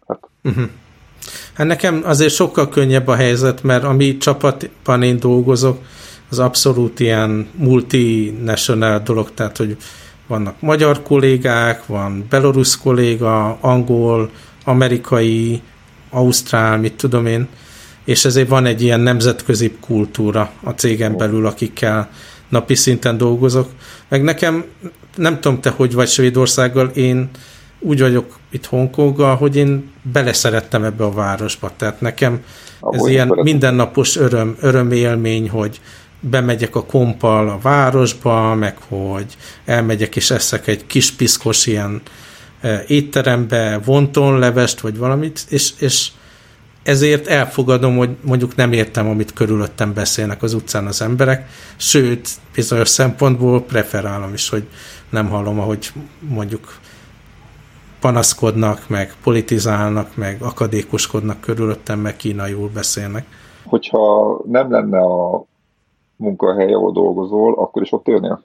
Hát nekem azért sokkal könnyebb a helyzet, mert a mi csapatban én dolgozok, az abszolút ilyen multinational dolog, tehát hogy vannak magyar kollégák, van belorusz kolléga, angol, amerikai, ausztrál, mit tudom én, és ezért van egy ilyen nemzetközi kultúra a cégen belül, akikkel napi szinten dolgozok. Meg nekem, nem tudom te, hogy vagy Svédországgal, én úgy vagyok itt Hongkonggal, hogy én beleszerettem ebbe a városba. Tehát nekem ez ilyen mindennapos örömélmény, hogy bemegyek a kompal a városba, meg hogy elmegyek és eszek egy kis piszkos ilyen étterembe vontonlevest, vagy valamit, és ezért elfogadom, hogy mondjuk nem értem, amit körülöttem beszélnek az utcán az emberek, sőt, bizonyos szempontból preferálom is, hogy nem hallom, ahogy mondjuk panaszkodnak, meg politizálnak, meg akadékoskodnak körülöttem, meg kínaiul beszélnek. Hogyha nem lenne a munkahely, ahol dolgozol, akkor is ott élnél?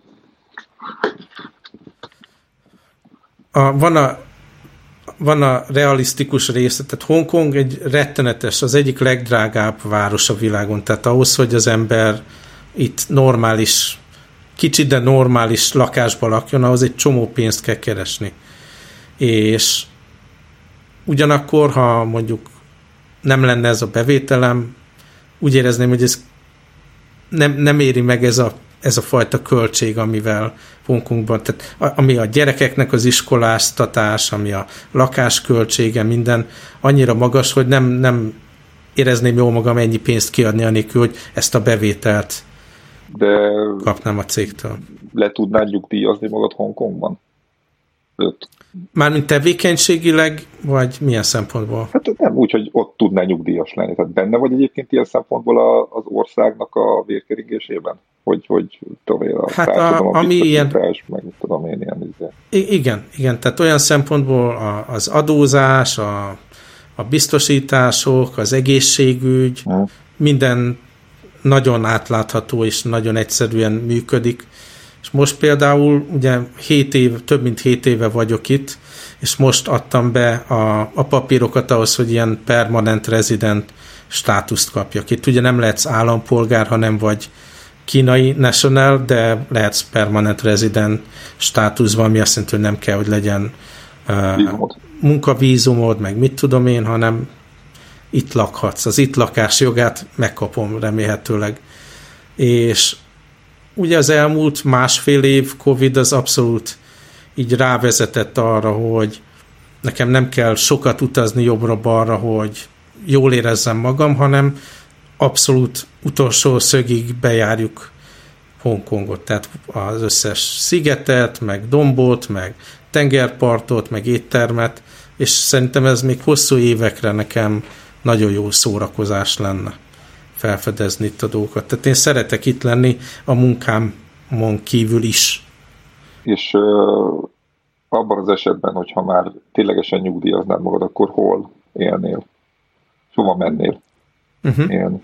Van a realisztikus része, tehát Hongkong egy rettenetes, az egyik legdrágább város a világon, tehát ahhoz, hogy az ember itt normális, kicsit, de normális lakásba lakjon, ahhoz egy csomó pénzt kell keresni. És ugyanakkor, ha mondjuk nem lenne ez a bevételem, úgy érezném, hogy ez nem éri meg ez a fajta költség, amivel Hongkongban, tehát ami a gyerekeknek az iskoláztatás, ami a lakásköltsége, minden annyira magas, hogy nem érezném jól magam ennyi pénzt kiadni anélkül, hogy ezt a bevételt kapnám a cégtől. Le tudnád nyugdíjazni magad Hongkongban? Mármint tevékenységileg, vagy milyen szempontból? Hát nem úgy, hogy ott tudná nyugdíjas lenni. Tehát benne vagy egyébként ilyen szempontból az országnak a vérkeringésében? Hogy tudom, a hát társadalom biztosítás, meg tudom én ilyen izé. Igen, tehát olyan szempontból az adózás, a biztosítások, az egészségügy, minden nagyon átlátható és nagyon egyszerűen működik. És most például ugye több mint 7 éve vagyok itt, és most adtam be a papírokat ahhoz, hogy ilyen permanent resident státuszt kapjak. Itt ugye nem lehetsz állampolgár, hanem vagy kínai national, de lehetsz permanent resident státuszban, ami azt jelenti, hogy nem kell, hogy legyen munkavízumod, meg mit tudom én, hanem itt lakhatsz. Az itt lakás jogát megkapom remélhetőleg. És ugye az elmúlt 1,5 év Covid az abszolút így rávezetett arra, hogy nekem nem kell sokat utazni jobbra-balra, hogy jól érezzem magam, hanem abszolút utolsó szögig bejárjuk Hongkongot, tehát az összes szigetet, meg dombot, meg tengerpartot, meg éttermet, és szerintem ez még hosszú évekre nekem nagyon jó szórakozás lenne felfedezni itt a dolgokat. Tehát én szeretek itt lenni a munkámon kívül is. És abban az esetben, hogyha már ténylegesen nyugdíjaznád magad, akkor hol élnél? Hova mennél? Élni?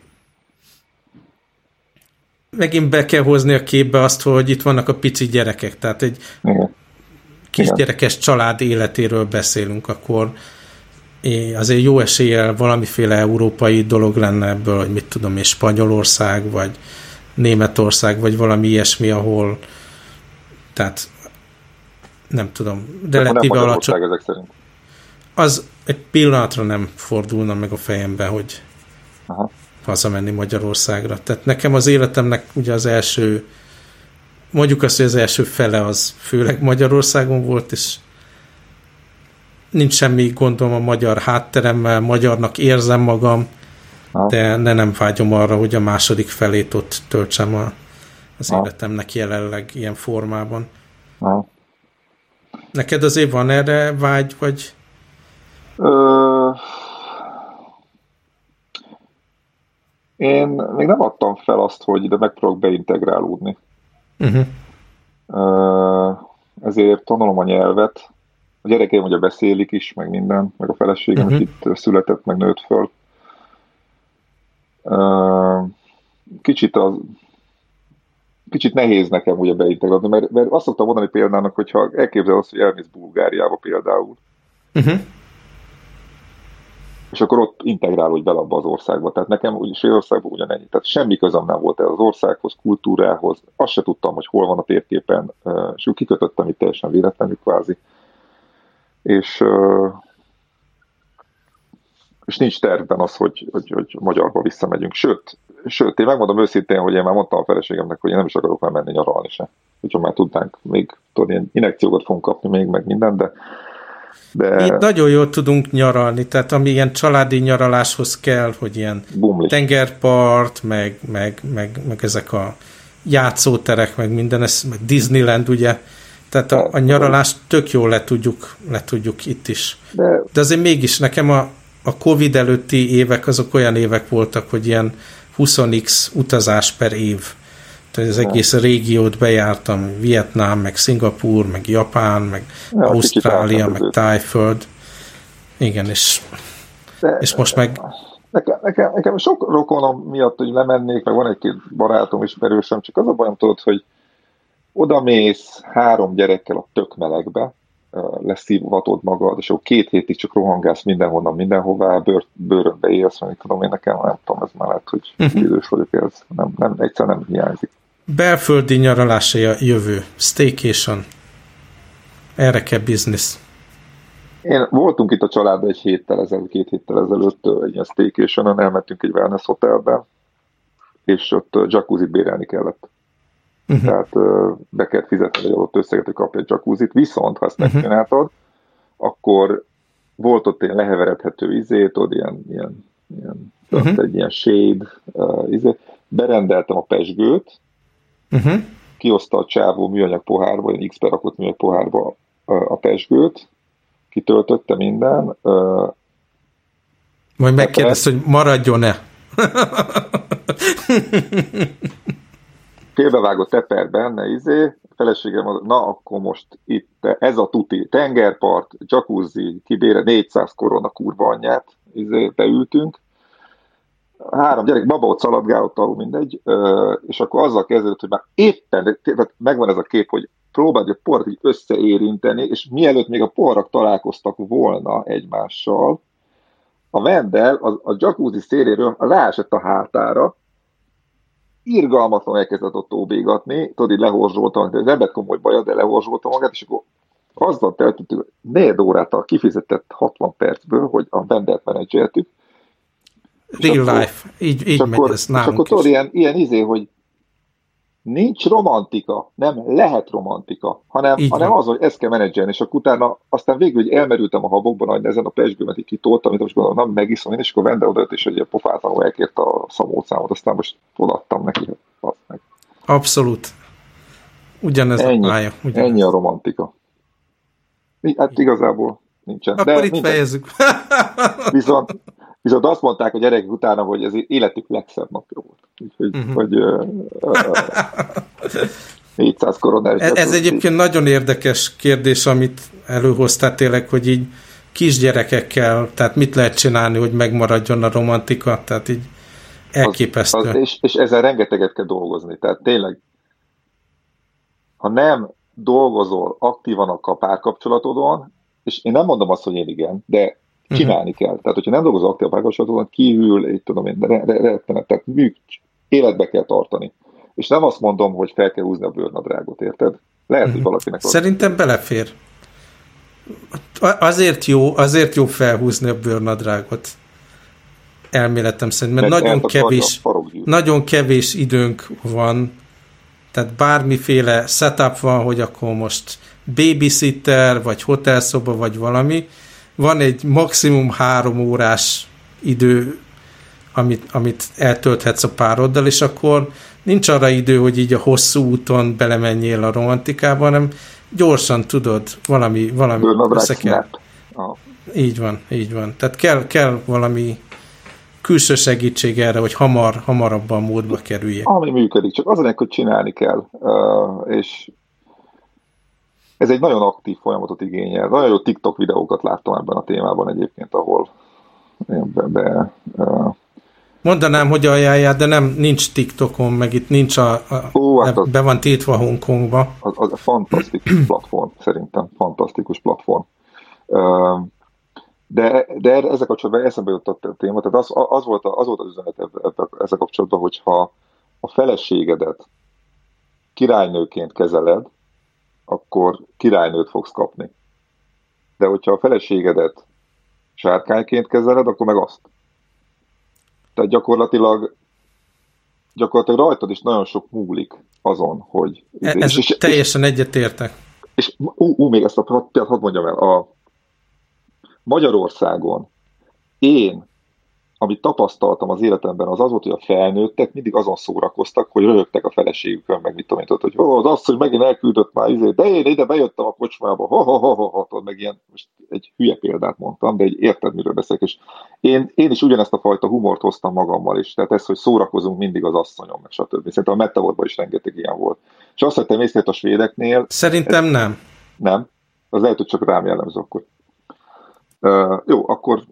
Megint be kell hozni a képbe azt, hogy itt vannak a pici gyerekek, tehát egy kisgyerekes család életéről beszélünk, akkor azért jó eséllyel valamiféle európai dolog lenne ebből, hogy mit tudom én, Spanyolország, vagy Németország, vagy valami ilyesmi, ahol tehát nem tudom, relatíve alacsony. Ezek szerint. Az egy pillanatra nem fordulna meg a fejembe, hogy hazamenni Magyarországra. Tehát nekem az életemnek ugye az első, mondjuk azt, hogy az első fele az főleg Magyarországon volt, és nincs semmi gondom a magyar hátteremmel, magyarnak érzem magam, de nem vágyom arra, hogy a második felét ott töltsem az életemnek jelenleg ilyen formában. Neked azért van erre vágy, vagy? Én még nem adtam fel azt, hogy ide megpróbálok beintegrálódni. Ezért tanulom a nyelvet. A gyerekeim ugye beszélik is, meg minden, meg a feleségem is itt született, meg nőtt föl. Kicsit nehéz nekem ugye beintegrálni, mert azt szoktam mondani példának, hogyha elképzel azt, hogy elmész Bulgáriába például, és akkor ott integrálódj bele abba az országba. Tehát nekem úgy Svédországban ugyanennyi. Tehát semmi közöm nem volt el az országhoz, kultúrához. Azt se tudtam, hogy hol van a térképen, és úgy kikötöttem itt teljesen véletlenül kvázi. És nincs tervben az, hogy magyarba visszamegyünk. Sőt, én megmondom őszintén, hogy én már mondtam a feleségemnek, hogy én nem is akarok már menni nyaralni se. Hogyha már tudnánk, még ilyen injekciókat fogunk kapni még, meg minden, de itt nagyon jól tudunk nyaralni, tehát ami ilyen családi nyaraláshoz kell, hogy ilyen tengerpart, meg ezek a játszóterek, meg minden, meg Disneyland, ugye, tehát a nyaralást tök jól le tudjuk itt is. De azért mégis nekem a Covid előtti évek azok olyan évek voltak, hogy ilyen 20x utazás per év. Tehát az egész régiót bejártam, Vietnám, meg Szingapúr, meg Japán, meg Ausztrália, meg Tájföld. Igen, és most meg... Nekem sok rokonom miatt, hogy lemennék, meg van egy-két barátom, ismerősöm, csak az a bajom, tudod, hogy odamész 3 gyerekkel a tök melegbe, leszívhatod magad, és akkor 2 hétig csak rohangálsz mindenhonnan, mindenhová, bőrönbe élsz, mondjuk tudom én nekem, nem tudom, ez már lehet, hogy idős vagyok, ez egyszerűen nem hiányzik. Belföldi nyaralás a jövő, staycation, erre kell biznisz. Voltunk itt a családban 2 héttel ezelőtt egy ilyen staycation-on, elmentünk egy wellness hotelbe, és ott jacuzzit bérelni kellett. Tehát be kellett fizetni egy adott összeget, hogy kapj egy jacuzzit, viszont ha ezt megcsináltad, akkor volt ott ilyen leheveredhető izét, ott egy ilyen shade izét, berendeltem a pezsgőt, kioszta a csávó műanyag pohárba, ilyen X-be rakott műanyag pohárba a pezsgőt, kitöltötte minden. Majd megkérdezte, hogy maradjon-e? Félbevágott teper benne, feleségem mondta, na akkor most itt ez a tuti, tengerpart, jacuzzi, kibére 400 korona kurva anyját, beültünk. 3 gyerek, baba ott szaladgálott, ahol mindegy, és akkor azzal kezdődött, hogy már éppen, tehát megvan ez a kép, hogy próbálj a port így összeérinteni, és mielőtt még a porrak találkoztak volna egymással, a Wendell a jacuzzi széléről ráesett a hátára, irgalmatlan elkezdett ott óbégatni, tudod, így lehorzsoltam, de nem lett komoly baja, de lehorzsoltam magát, és akkor azzal teltünk 4 órát a kifizetett 60 percből, hogy a Wendellt menedzseltük. Real life, így megy ez nálunk. És akkor tudod, ilyen hogy nincs romantika, nem lehet romantika, hanem az, hogy ezt kell menedzselni, és akkor utána aztán végül, hogy elmerültem a habokban, hogy ezen a pezsgőmet így kitoltam, amit most gondolom, nem megiszom én, és akkor Wendell odajött, és egy pofátlanul elkérte a szamócámot, aztán most odaadtam neki. Abszolút. Ugyanez a pálya. Ennyi a romantika. Hát igazából nincsen. Akkor de itt fejezzük. Viszont azt mondták a gyerekek utána, hogy ez életük legszebb napja volt. Úgyhogy, hogy 400 koronás. Ez egyébként nagyon érdekes kérdés, amit előhoztál tényleg, hogy így kisgyerekekkel, tehát mit lehet csinálni, hogy megmaradjon a romantika, tehát így elképesztő. És ezzel rengeteget kell dolgozni, tehát tényleg, ha nem dolgozol aktívan a párkapcsolatodon, és én nem mondom azt, hogy én igen, de csinálni kell. Tehát, hogyha nem dolgozol aktív a párkapcsolatodon, kívül, így tudom én, tehát életbe kell tartani. És nem azt mondom, hogy fel kell húzni a bőrnadrágot, érted? Lehet, hogy valakinek... Szerintem belefér. Azért jó felhúzni a bőrnadrágot. Elméletem szerint, mert nagyon kevés időnk van, tehát bármiféle setup van, hogy akkor most babysitter, vagy hotelszoba, vagy valami. Van egy maximum 3 órás idő, amit eltölthetsz a pároddal, és akkor nincs arra idő, hogy így a hosszú úton belemenjél a romantikába, hanem gyorsan tudod, valami össze kell. Így van. Tehát kell valami külső segítség erre, hogy hamarabban módba kerülje. Ami működik, csak az ennek, hogy csinálni kell. És ez egy nagyon aktív folyamatot igényel. Nagyon jó TikTok videókat láttam ebben a témában egyébként, ahol mondanám, hogy ajánljál, de nincs TikTokon, meg itt nincs be van tétve Hongkongba. Az fantasztikus platform, szerintem. Fantasztikus platform. De ezzel kapcsolatban eszembe jutott a téma, tehát az volt az üzenet ezzel kapcsolatban, hogyha a feleségedet királynőként kezeled, akkor királynőt fogsz kapni. De hogyha a feleségedet sárkányként kezeled, akkor meg azt. Tehát gyakorlatilag rajtad is nagyon sok múlik azon, hogy... Teljesen egyetértek. És még ezt hadd mondjam el, a Magyarországon én, amit tapasztaltam az életemben, az volt, hogy a felnőttek mindig azon szórakoztak, hogy röhögtek a feleségükön, meg mit tudom én, hogy az asszony megint elküldött már, de én ide bejöttem a kocsmába, meg ilyen, most egy hülye példát mondtam, de érted, miről beszélek, és én is ugyanezt a fajta humort hoztam magammal is, tehát ez, hogy szórakozunk mindig az asszonyon, meg stb. Szerintem a Metaworban is rengeteg ilyen volt. És azt vettem észre a svédeknél... Szerintem nem. Nem? Az lehet, hogy csak rám jellemző akkor. Jó, akkor...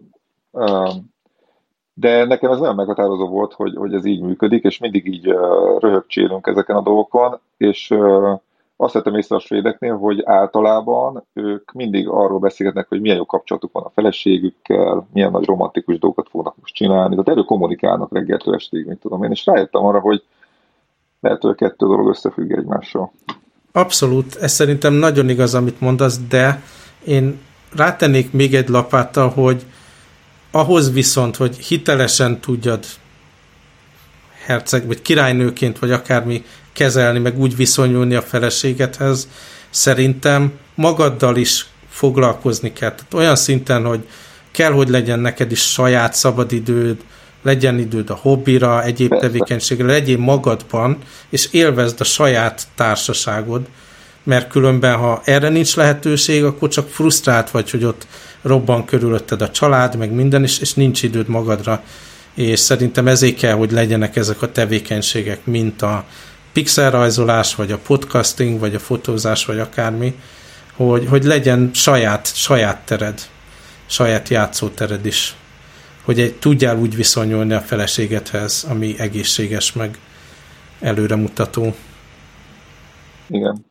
De nekem ez nagyon meghatározó volt, hogy ez így működik, és mindig így röhögcsélünk ezeken a dolgokon, és azt vettem észre a svédeknél, hogy általában ők mindig arról beszélgetnek, hogy milyen jó kapcsolatuk van a feleségükkel, milyen nagy romantikus dolgokat fognak most csinálni, tehát erről kommunikálnak reggeltől estig, mint tudom én, és rájöttem arra, hogy lehet, hogy a 2 dolog összefügg egymással. Abszolút, ez szerintem nagyon igaz, amit mondasz, de én rátennék még egy lapáttal, hogy ahhoz viszont, hogy hitelesen tudjad herceg, vagy királynőként, vagy akármi kezelni, meg úgy viszonyulni a feleségedhez, szerintem magaddal is foglalkozni kell. Tehát olyan szinten, hogy kell, hogy legyen neked is saját szabadidőd, legyen időd a hobbira, egyéb tevékenységre, legyél magadban, és élvezd a saját társaságod, mert különben, ha erre nincs lehetőség, akkor csak frusztrált vagy, hogy ott robban körülötted a család, meg minden, és nincs időd magadra. És szerintem ezért kell, hogy legyenek ezek a tevékenységek, mint a pixelrajzolás, vagy a podcasting, vagy a fotózás, vagy akármi, hogy legyen saját tered, saját játszótered is. Hogy tudjál úgy viszonyulni a feleségedhez, ami egészséges, meg előremutató. Igen.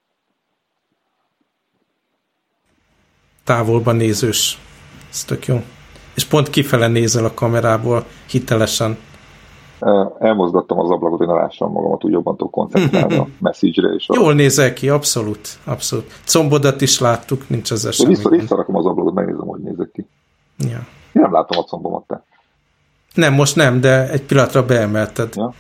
Távolban nézős. Ez tök jó. És pont kifele nézel a kamerából, hitelesen. Elmozgattam az ablakot, hogy ne lássam magamat, úgy jobban tudok koncentrálni a message-re. És jól nézel ki, abszolút. Combodat is láttuk, nincs az semmi. Visszarakom az ablakot, megnézem, hogy nézek ki. Ja. Én nem látom a combomat, te. Nem, most nem, de egy pillanatra beemelted. Ja.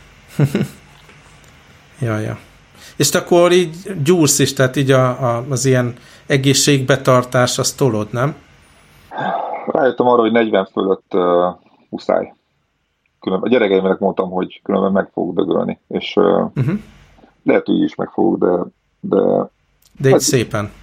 Ja. És akkor így gyúrsz is, tehát így az ilyen egészségbetartás, azt tolod, nem? Rájöttem arra, hogy 40 fölött muszáj. A gyerekeimnek mondtam, hogy különben meg fogok dögölni, és lehet, hogy így is meg fogok, de így szépen.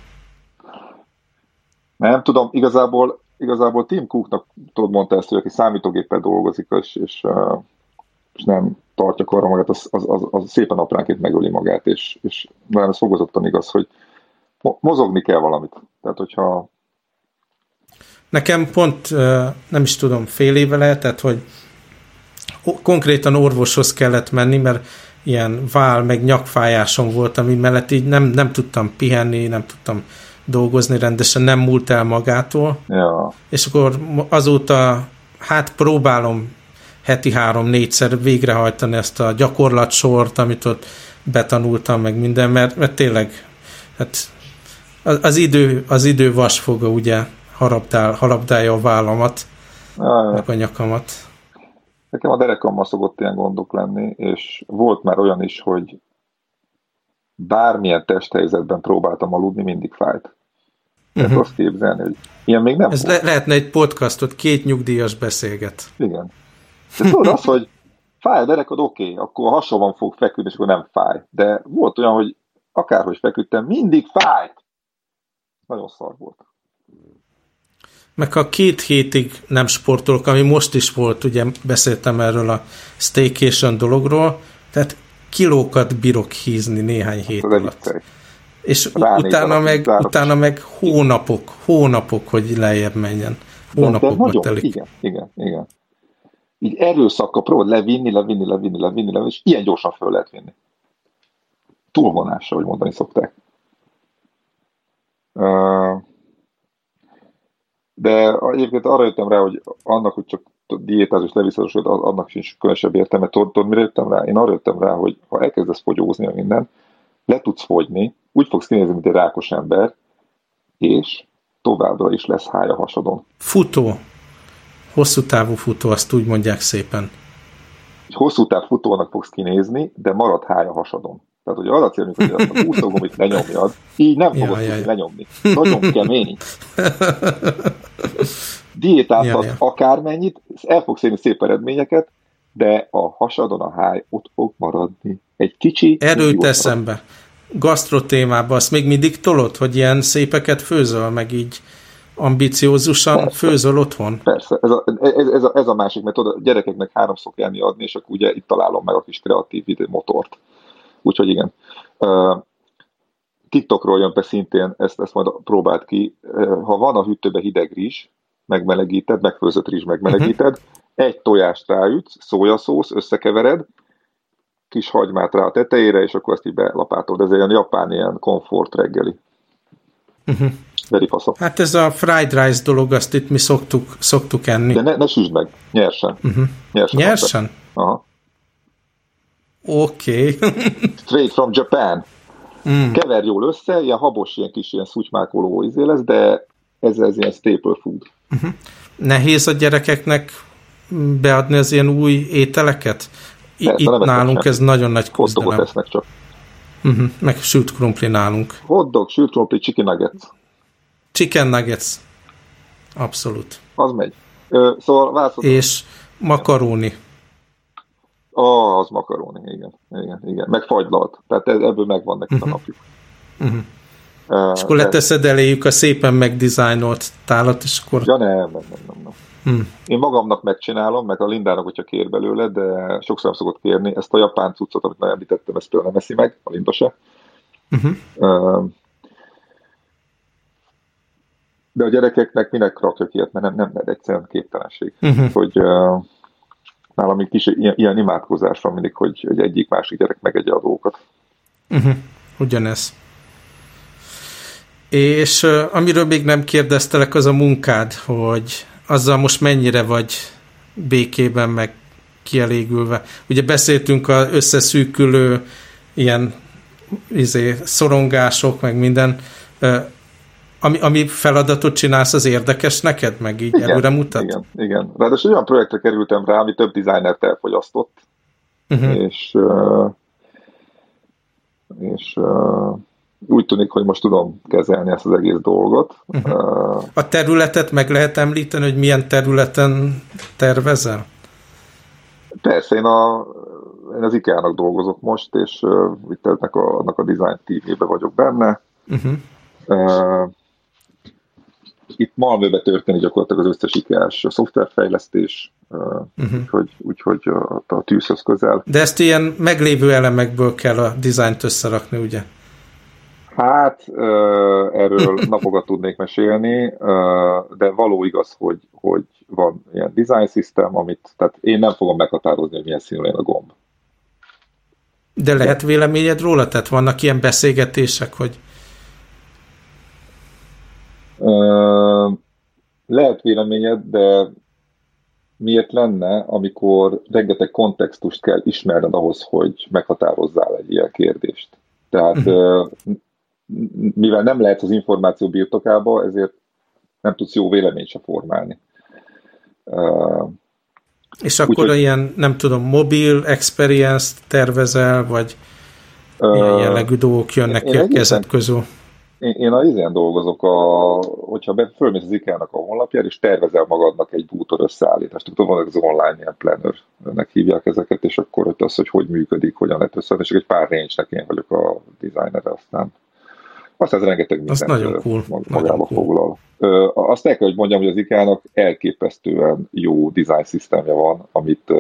Nem tudom, igazából Tim Cooknak tudod, mondta ezt, hogy aki számítógéppel dolgozik, és nem tartja korra magát, az szépen apránként megöli magát, és nagyon ez fokozottan igaz, hogy mozogni kell valamit. Tehát, hogyha... Nekem pont, nem is tudom, fél éve lehetett, hogy konkrétan orvoshoz kellett menni, mert ilyen vál, meg nyakfájásom volt, ami mellett így nem tudtam pihenni, nem tudtam dolgozni rendesen, nem múlt el magától. Ja. És akkor azóta próbálom heti 3-4-szer végrehajtani ezt a gyakorlatsort, amit ott betanultam, meg minden, mert tényleg hát az idő vasfoga ugye harabdálja a vállamat, meg a nyakamat. Nekem a derekammal szokott ilyen gondok lenni, és volt már olyan is, hogy bármilyen testhelyzetben próbáltam aludni, mindig fájt. Ezt azt képzelni, hogy ilyen még nem ez lehetne egy podcastot, 2 nyugdíjas beszélget. Igen. De tudod az, hogy fáj a derekad, oké, akkor a hasonban fog feküdni, és akkor nem fáj. De volt olyan, hogy akárhogy feküdtem, mindig fájt. Nagyon szar volt. Meg ha 2 hétig nem sportolok, ami most is volt, ugye beszéltem erről a staycation dologról, tehát kilókat bírok hízni néhány hét alatt. És utána meg hónapok, hogy lejjebb menjen. Hónapokba telik. Igen. Így erőszakkal próbál levinni, és ilyen gyorsan föl lehet vinni. Túlvonásra, hogy mondani szokták. De egyébként arra jöttem rá, hogy annak, hogy csak diétázás és leviszorosod, annak sincs különösebb értelme. Tudod, mire jöttem rá? Én arra jöttem rá, hogy ha elkezdesz fogyózni a minden, le tudsz fogyni, úgy fogsz kinézni, mint egy rákos ember, és továbbra is lesz háj a hasadon. Futó. Hosszú távú futó, azt úgy mondják szépen. Egy hosszú táv futónak fogsz kinézni, de marad háj a hasadon. Tehát, hogy arra célunk, hogy azt a úszógumit lenyomjad, így nem fogod tudni lenyomni. Nagyon kemény. Diétázhatsz akármennyit, el fogsz érni szép eredményeket, de a hasadon a háj ott fog maradni. Egy kicsi... Erőt eszembe. Gasztro témában azt még mindig tolod, hogy ilyen szépeket főzöl, meg így ambiciózusan főzöl otthon? Persze, ez a másik, mert tudod, a gyerekeknek 3-szor kell adni, és akkor ugye itt találom meg a kis kreatív motort. Úgyhogy igen. TikTokról jön be szintén, ezt majd próbáld ki. Ha van a hűtőben hideg rizs, megmelegíted, megfőzött rizs megmelegíted, egy tojást ráütsz, szójaszósz, összekevered, kis hagymát rá a tetejére, és akkor ezt így belapátod. Ez egy japán ilyen komfort reggeli. Veri faszom. Hát ez a fried rice dolog, azt itt mi szoktuk enni. De ne süsd meg, nyersen. Nyersen? Aha. Oké. Straight from Japan. Kever jól össze, ilyen habos, ilyen kis ilyen szutymákoló izé lesz, de ez ilyen staple food. Nehéz a gyerekeknek beadni az ilyen új ételeket? Itt nálunk ez nagyon nagy küzdelem. Hotdogot esznek csak. Meg sült krumpli nálunk. Hotdog, sült krumpli, chicken nuggets. Chicken nuggets. Abszolút. Az megy. Szóval válaszol. És makaróni. Az makaróni, igen. Meg fagylalt. Tehát ebből megvan nekik a napjuk. És akkor leteszed eléjük a szépen megdizájnolt tálat, és akkor... Ja, nem. Én magamnak megcsinálom, meg a Lindának, hogyha kér belőle, de sokszor szokott kérni. Ezt a japán cuccot, amit már említettem, ezt például nem eszi meg, a Linda se. De a gyerekeknek minek rakjak ilyet, mert nem egyszerűen képtelenség. Hogy nálam egy kis ilyen imádkozás van mindig, hogy egyik-másik gyerek megegye a dolgokat. Ugyanez. És amiről még nem kérdeztelek, az a munkád, hogy azzal most mennyire vagy békében, meg kielégülve. Ugye beszéltünk az összeszűkülő ilyen szorongások, meg minden. Ami feladatot csinálsz, az érdekes neked, meg így előre mutat? Igen. Ráadásul olyan projektre kerültem rá, ami több designert elfogyasztott, és úgy tűnik, hogy most tudom kezelni ezt az egész dolgot. A területet meg lehet említeni, hogy milyen területen tervezel? Persze, én az IKEA-nak dolgozok most, és itt annak a design teamjében vagyok benne. Itt Malmöbe történik gyakorlatilag az összes IKEA-s szoftverfejlesztés, úgyhogy a tűzhöz közel. De ezt ilyen meglévő elemekből kell a dizájnt összerakni, ugye? Hát, erről napokat tudnék mesélni, de való igaz, hogy van ilyen design system, tehát én nem fogom meghatározni, hogy milyen színű legyen a gomb. De lehet véleményed róla? Tehát vannak ilyen beszélgetések, hogy... Lehet véleményed, de miért lenne, amikor rengeteg kontextust kell ismerned ahhoz, hogy meghatározzál egy ilyen kérdést. Tehát mivel nem lehetsz az információ birtokába, ezért nem tudsz jó véleményt se formálni. És akkor ilyen, nem tudom, mobil experience-t tervezel, vagy milyen jellegű dolgok jönnek ki a kezed közül? Én az ilyen dolgozok, hogyha fölmész az IKEA-nak a honlapjára, és tervezel magadnak egy bútor összeállítást. Tudom, hogy az online ilyen plannernek hívják ezeket, és akkor hogy működik, hogyan lehet összeállítani, és egy pár range-nek én vagyok a designere, aztán ez rengeteg mindent magába foglal. Azt el kell, hogy mondjam, hogy az IKEA-nak elképesztően jó design systemje van, amit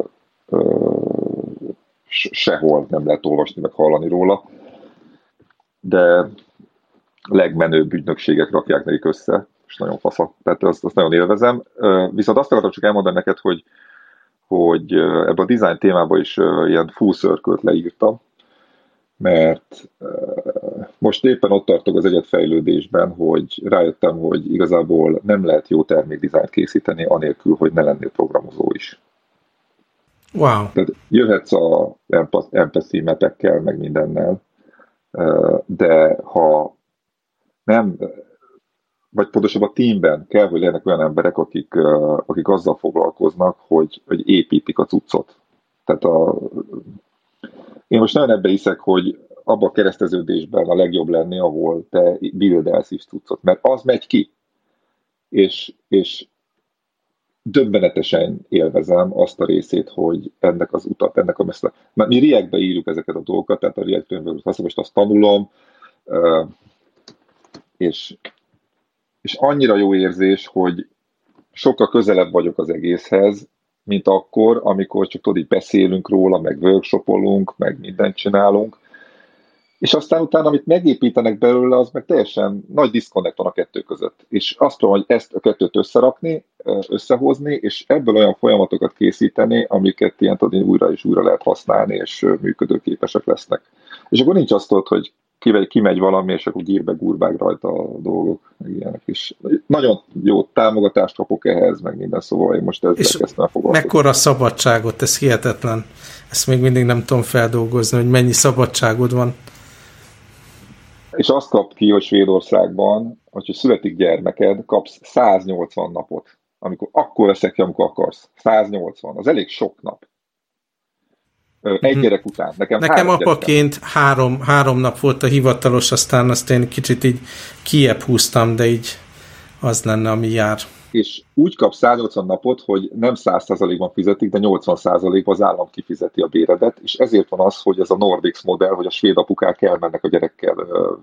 sehol nem lehet olvasni, meg hallani róla, de legmenőbb ügynökségek rakják nekik össze, és nagyon fasza. Tehát azt nagyon élvezem. Viszont azt akartam csak elmondani neked, hogy ebben a design témában is ilyen full circle-t leírtam, mert most éppen ott tartok az egyetfejlődésben, hogy rájöttem, hogy igazából nem lehet jó termékdizájnt készíteni anélkül, hogy ne lennél programozó is. Wow. Tehát jöhetsz a empathy mapekkel, meg mindennel, de ha nem, vagy pontosabban a teamben kell, hogy legyenek olyan emberek, akik azzal foglalkoznak, hogy építik a cuccot. Tehát én most nagyon ebbe hiszek, hogy abban a kereszteződésben a legjobb lenni, ahol te buildelsz is cuccot, mert az megy ki, és döbbenetesen élvezem azt a részét, hogy ennek az utat, ennek a messze. Mert mi React-be írjuk ezeket a dolgokat, tehát a React framework-ot most azt tanulom, és annyira jó érzés, hogy sokkal közelebb vagyok az egészhez, mint akkor, amikor csak tudod, így beszélünk róla, meg workshopolunk, meg mindent csinálunk, és aztán utána, amit megépítenek belőle, az meg teljesen nagy disconnect van a kettő között. És azt tudom, hogy ezt a kettőt összerakni, összehozni, és ebből olyan folyamatokat készíteni, amiket ilyen újra és újra lehet használni, és működőképesek lesznek. És akkor nincs azt tudod, hogy kimegy valami, és akkor gírbe-gúrbák rajta a dolgok, meg ilyenek is. Nagyon jó támogatást kapok ehhez, meg minden, szóval én most ezzel kezdtem foglalkozni. Mekkora szabadságot, ez hihetetlen. Ezt még mindig nem tudom feldolgozni, hogy mennyi szabadságod van. És azt kap ki, hogy Svédországban, hogyha születik gyermeked, kapsz 180 napot. Akkor veszek ki, amikor akarsz. 180. Az elég sok nap. Egy gyerek után. Nekem apaként három nap volt a hivatalos, aztán azt én kicsit így kijebb húztam, de így az lenne, ami jár. és úgy kap 180 napot, hogy nem 100%-ban fizetik, de 80%-ban az állam kifizeti a béredet, és ezért van az, hogy ez a Nordics modell, hogy a svéd apukák elmennek a gyerekkel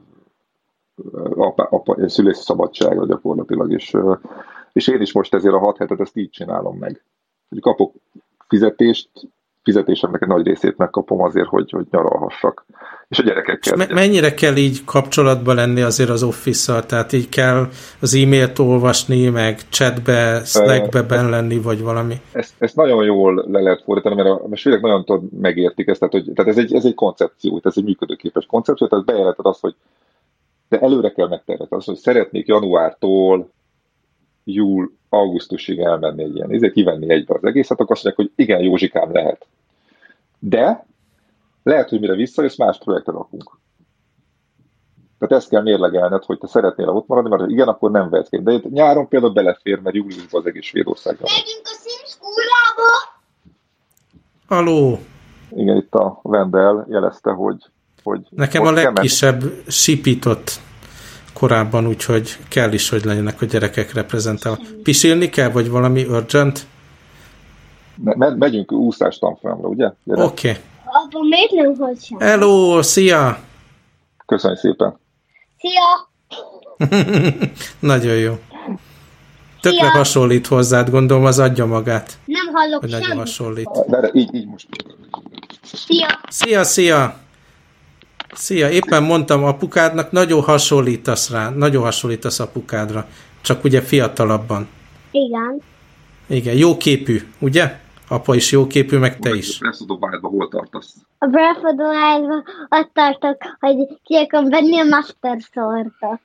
szülészi szabadságra gyakorlatilag, és én is most ezért a 6 hetet ezt így csinálom meg. Hogy kapok fizetésemnek egy nagy részét megkapom azért, hogy nyaralhassak. És a gyerekekkel. És mennyire kell így kapcsolatban lenni azért az Office-szal? Tehát így kell az e-mailt olvasni, meg chatbe, Slackbe benn lenni, vagy valami? Ezt nagyon jól le lehet fordítani, mert a svédek nagyon megértik ezt, tehát ez egy koncepció, ez egy működőképes koncepció, tehát bejelented azt, hogy de előre kell megtervezni azt, hogy szeretnék januártól augusztusig elmenni egy ilyen, ezért kivenni egybe az egészet, akkor azt mondják, hogy igen, Józsikám, lehet. De lehet, hogy mire visszajössz, más projektre rakunk. Tehát ezt kell mérlegelned, hogy te szeretnél ott maradni, mert igen, akkor nem vehetsz ki. De nyáron például belefér, mert júliusban az egész Svédországban. Megyünk a Simskúrába! Haló! Igen, itt a Vendel jelezte, hogy nekem a legkisebb sipított korábban, úgyhogy kell is, hogy legyenek a gyerekek reprezentálva. Pisilni kell, vagy valami urgent? Megyünk úszás tanfolyamra, ugye? Oké. Apa, miért nem hozzá? Hello, szia! Köszönjük szépen! Szia! Nagyon jó. Tökre hasonlít hozzád, gondolom az adja magát. Nem hallok hogy semmit. nagyon hasonlít. De így most. Szia! Szia! Szia, éppen mondtam apukádnak, nagyon hasonlítasz apukádra. Csak ugye fiatalabban. Igen. Igen, jó képű, ugye? Apa is jó képű, meg te is. A Breath of the Wild-ban hol tartasz? A Breath of the Wild-ban ott tartok, hogy ki akarom venni a Master Sword-ot.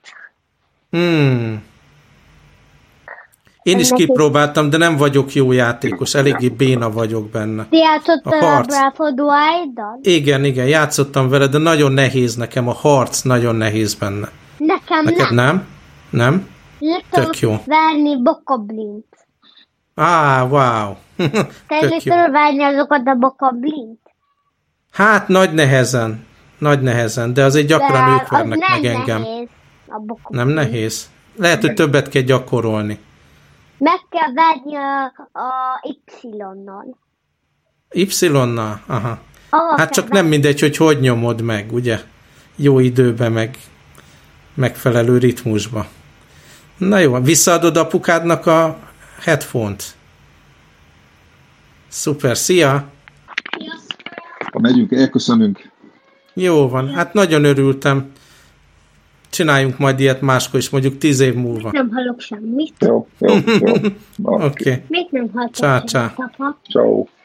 Én is kipróbáltam, de nem vagyok jó játékos, eléggé béna vagyok benne. Ti játszottál a Breath of the Wild-on? Igen, játszottam vele, de nagyon nehéz nekem, a harc nagyon nehéz benne. Neked nem? Nem? Tök jó. Verni bokoblint. Wow. Te is tudod verni azokat a bokoblint? Hát nagy nehezen, de azért gyakran ők vernek meg engem. Nehéz nem nehéz? Lehet, hogy többet kell gyakorolni. Meg kell verni a Y-nal. Y-nal? Aha. Hát csak nem mindegy, hogy nyomod meg, ugye? Jó időben, meg megfelelő ritmusba. Na jó, visszaadod apukádnak a headphone-t. Szuper, szia! Ha megyünk, elköszönünk. Jó van, hát nagyon örültem. Csináljunk majd ilyet máskor is, mondjuk 10 év múlva. Nem hallok semmit. Jó. Oké. Még nem hallok semmit, Csá. apa. Ciao.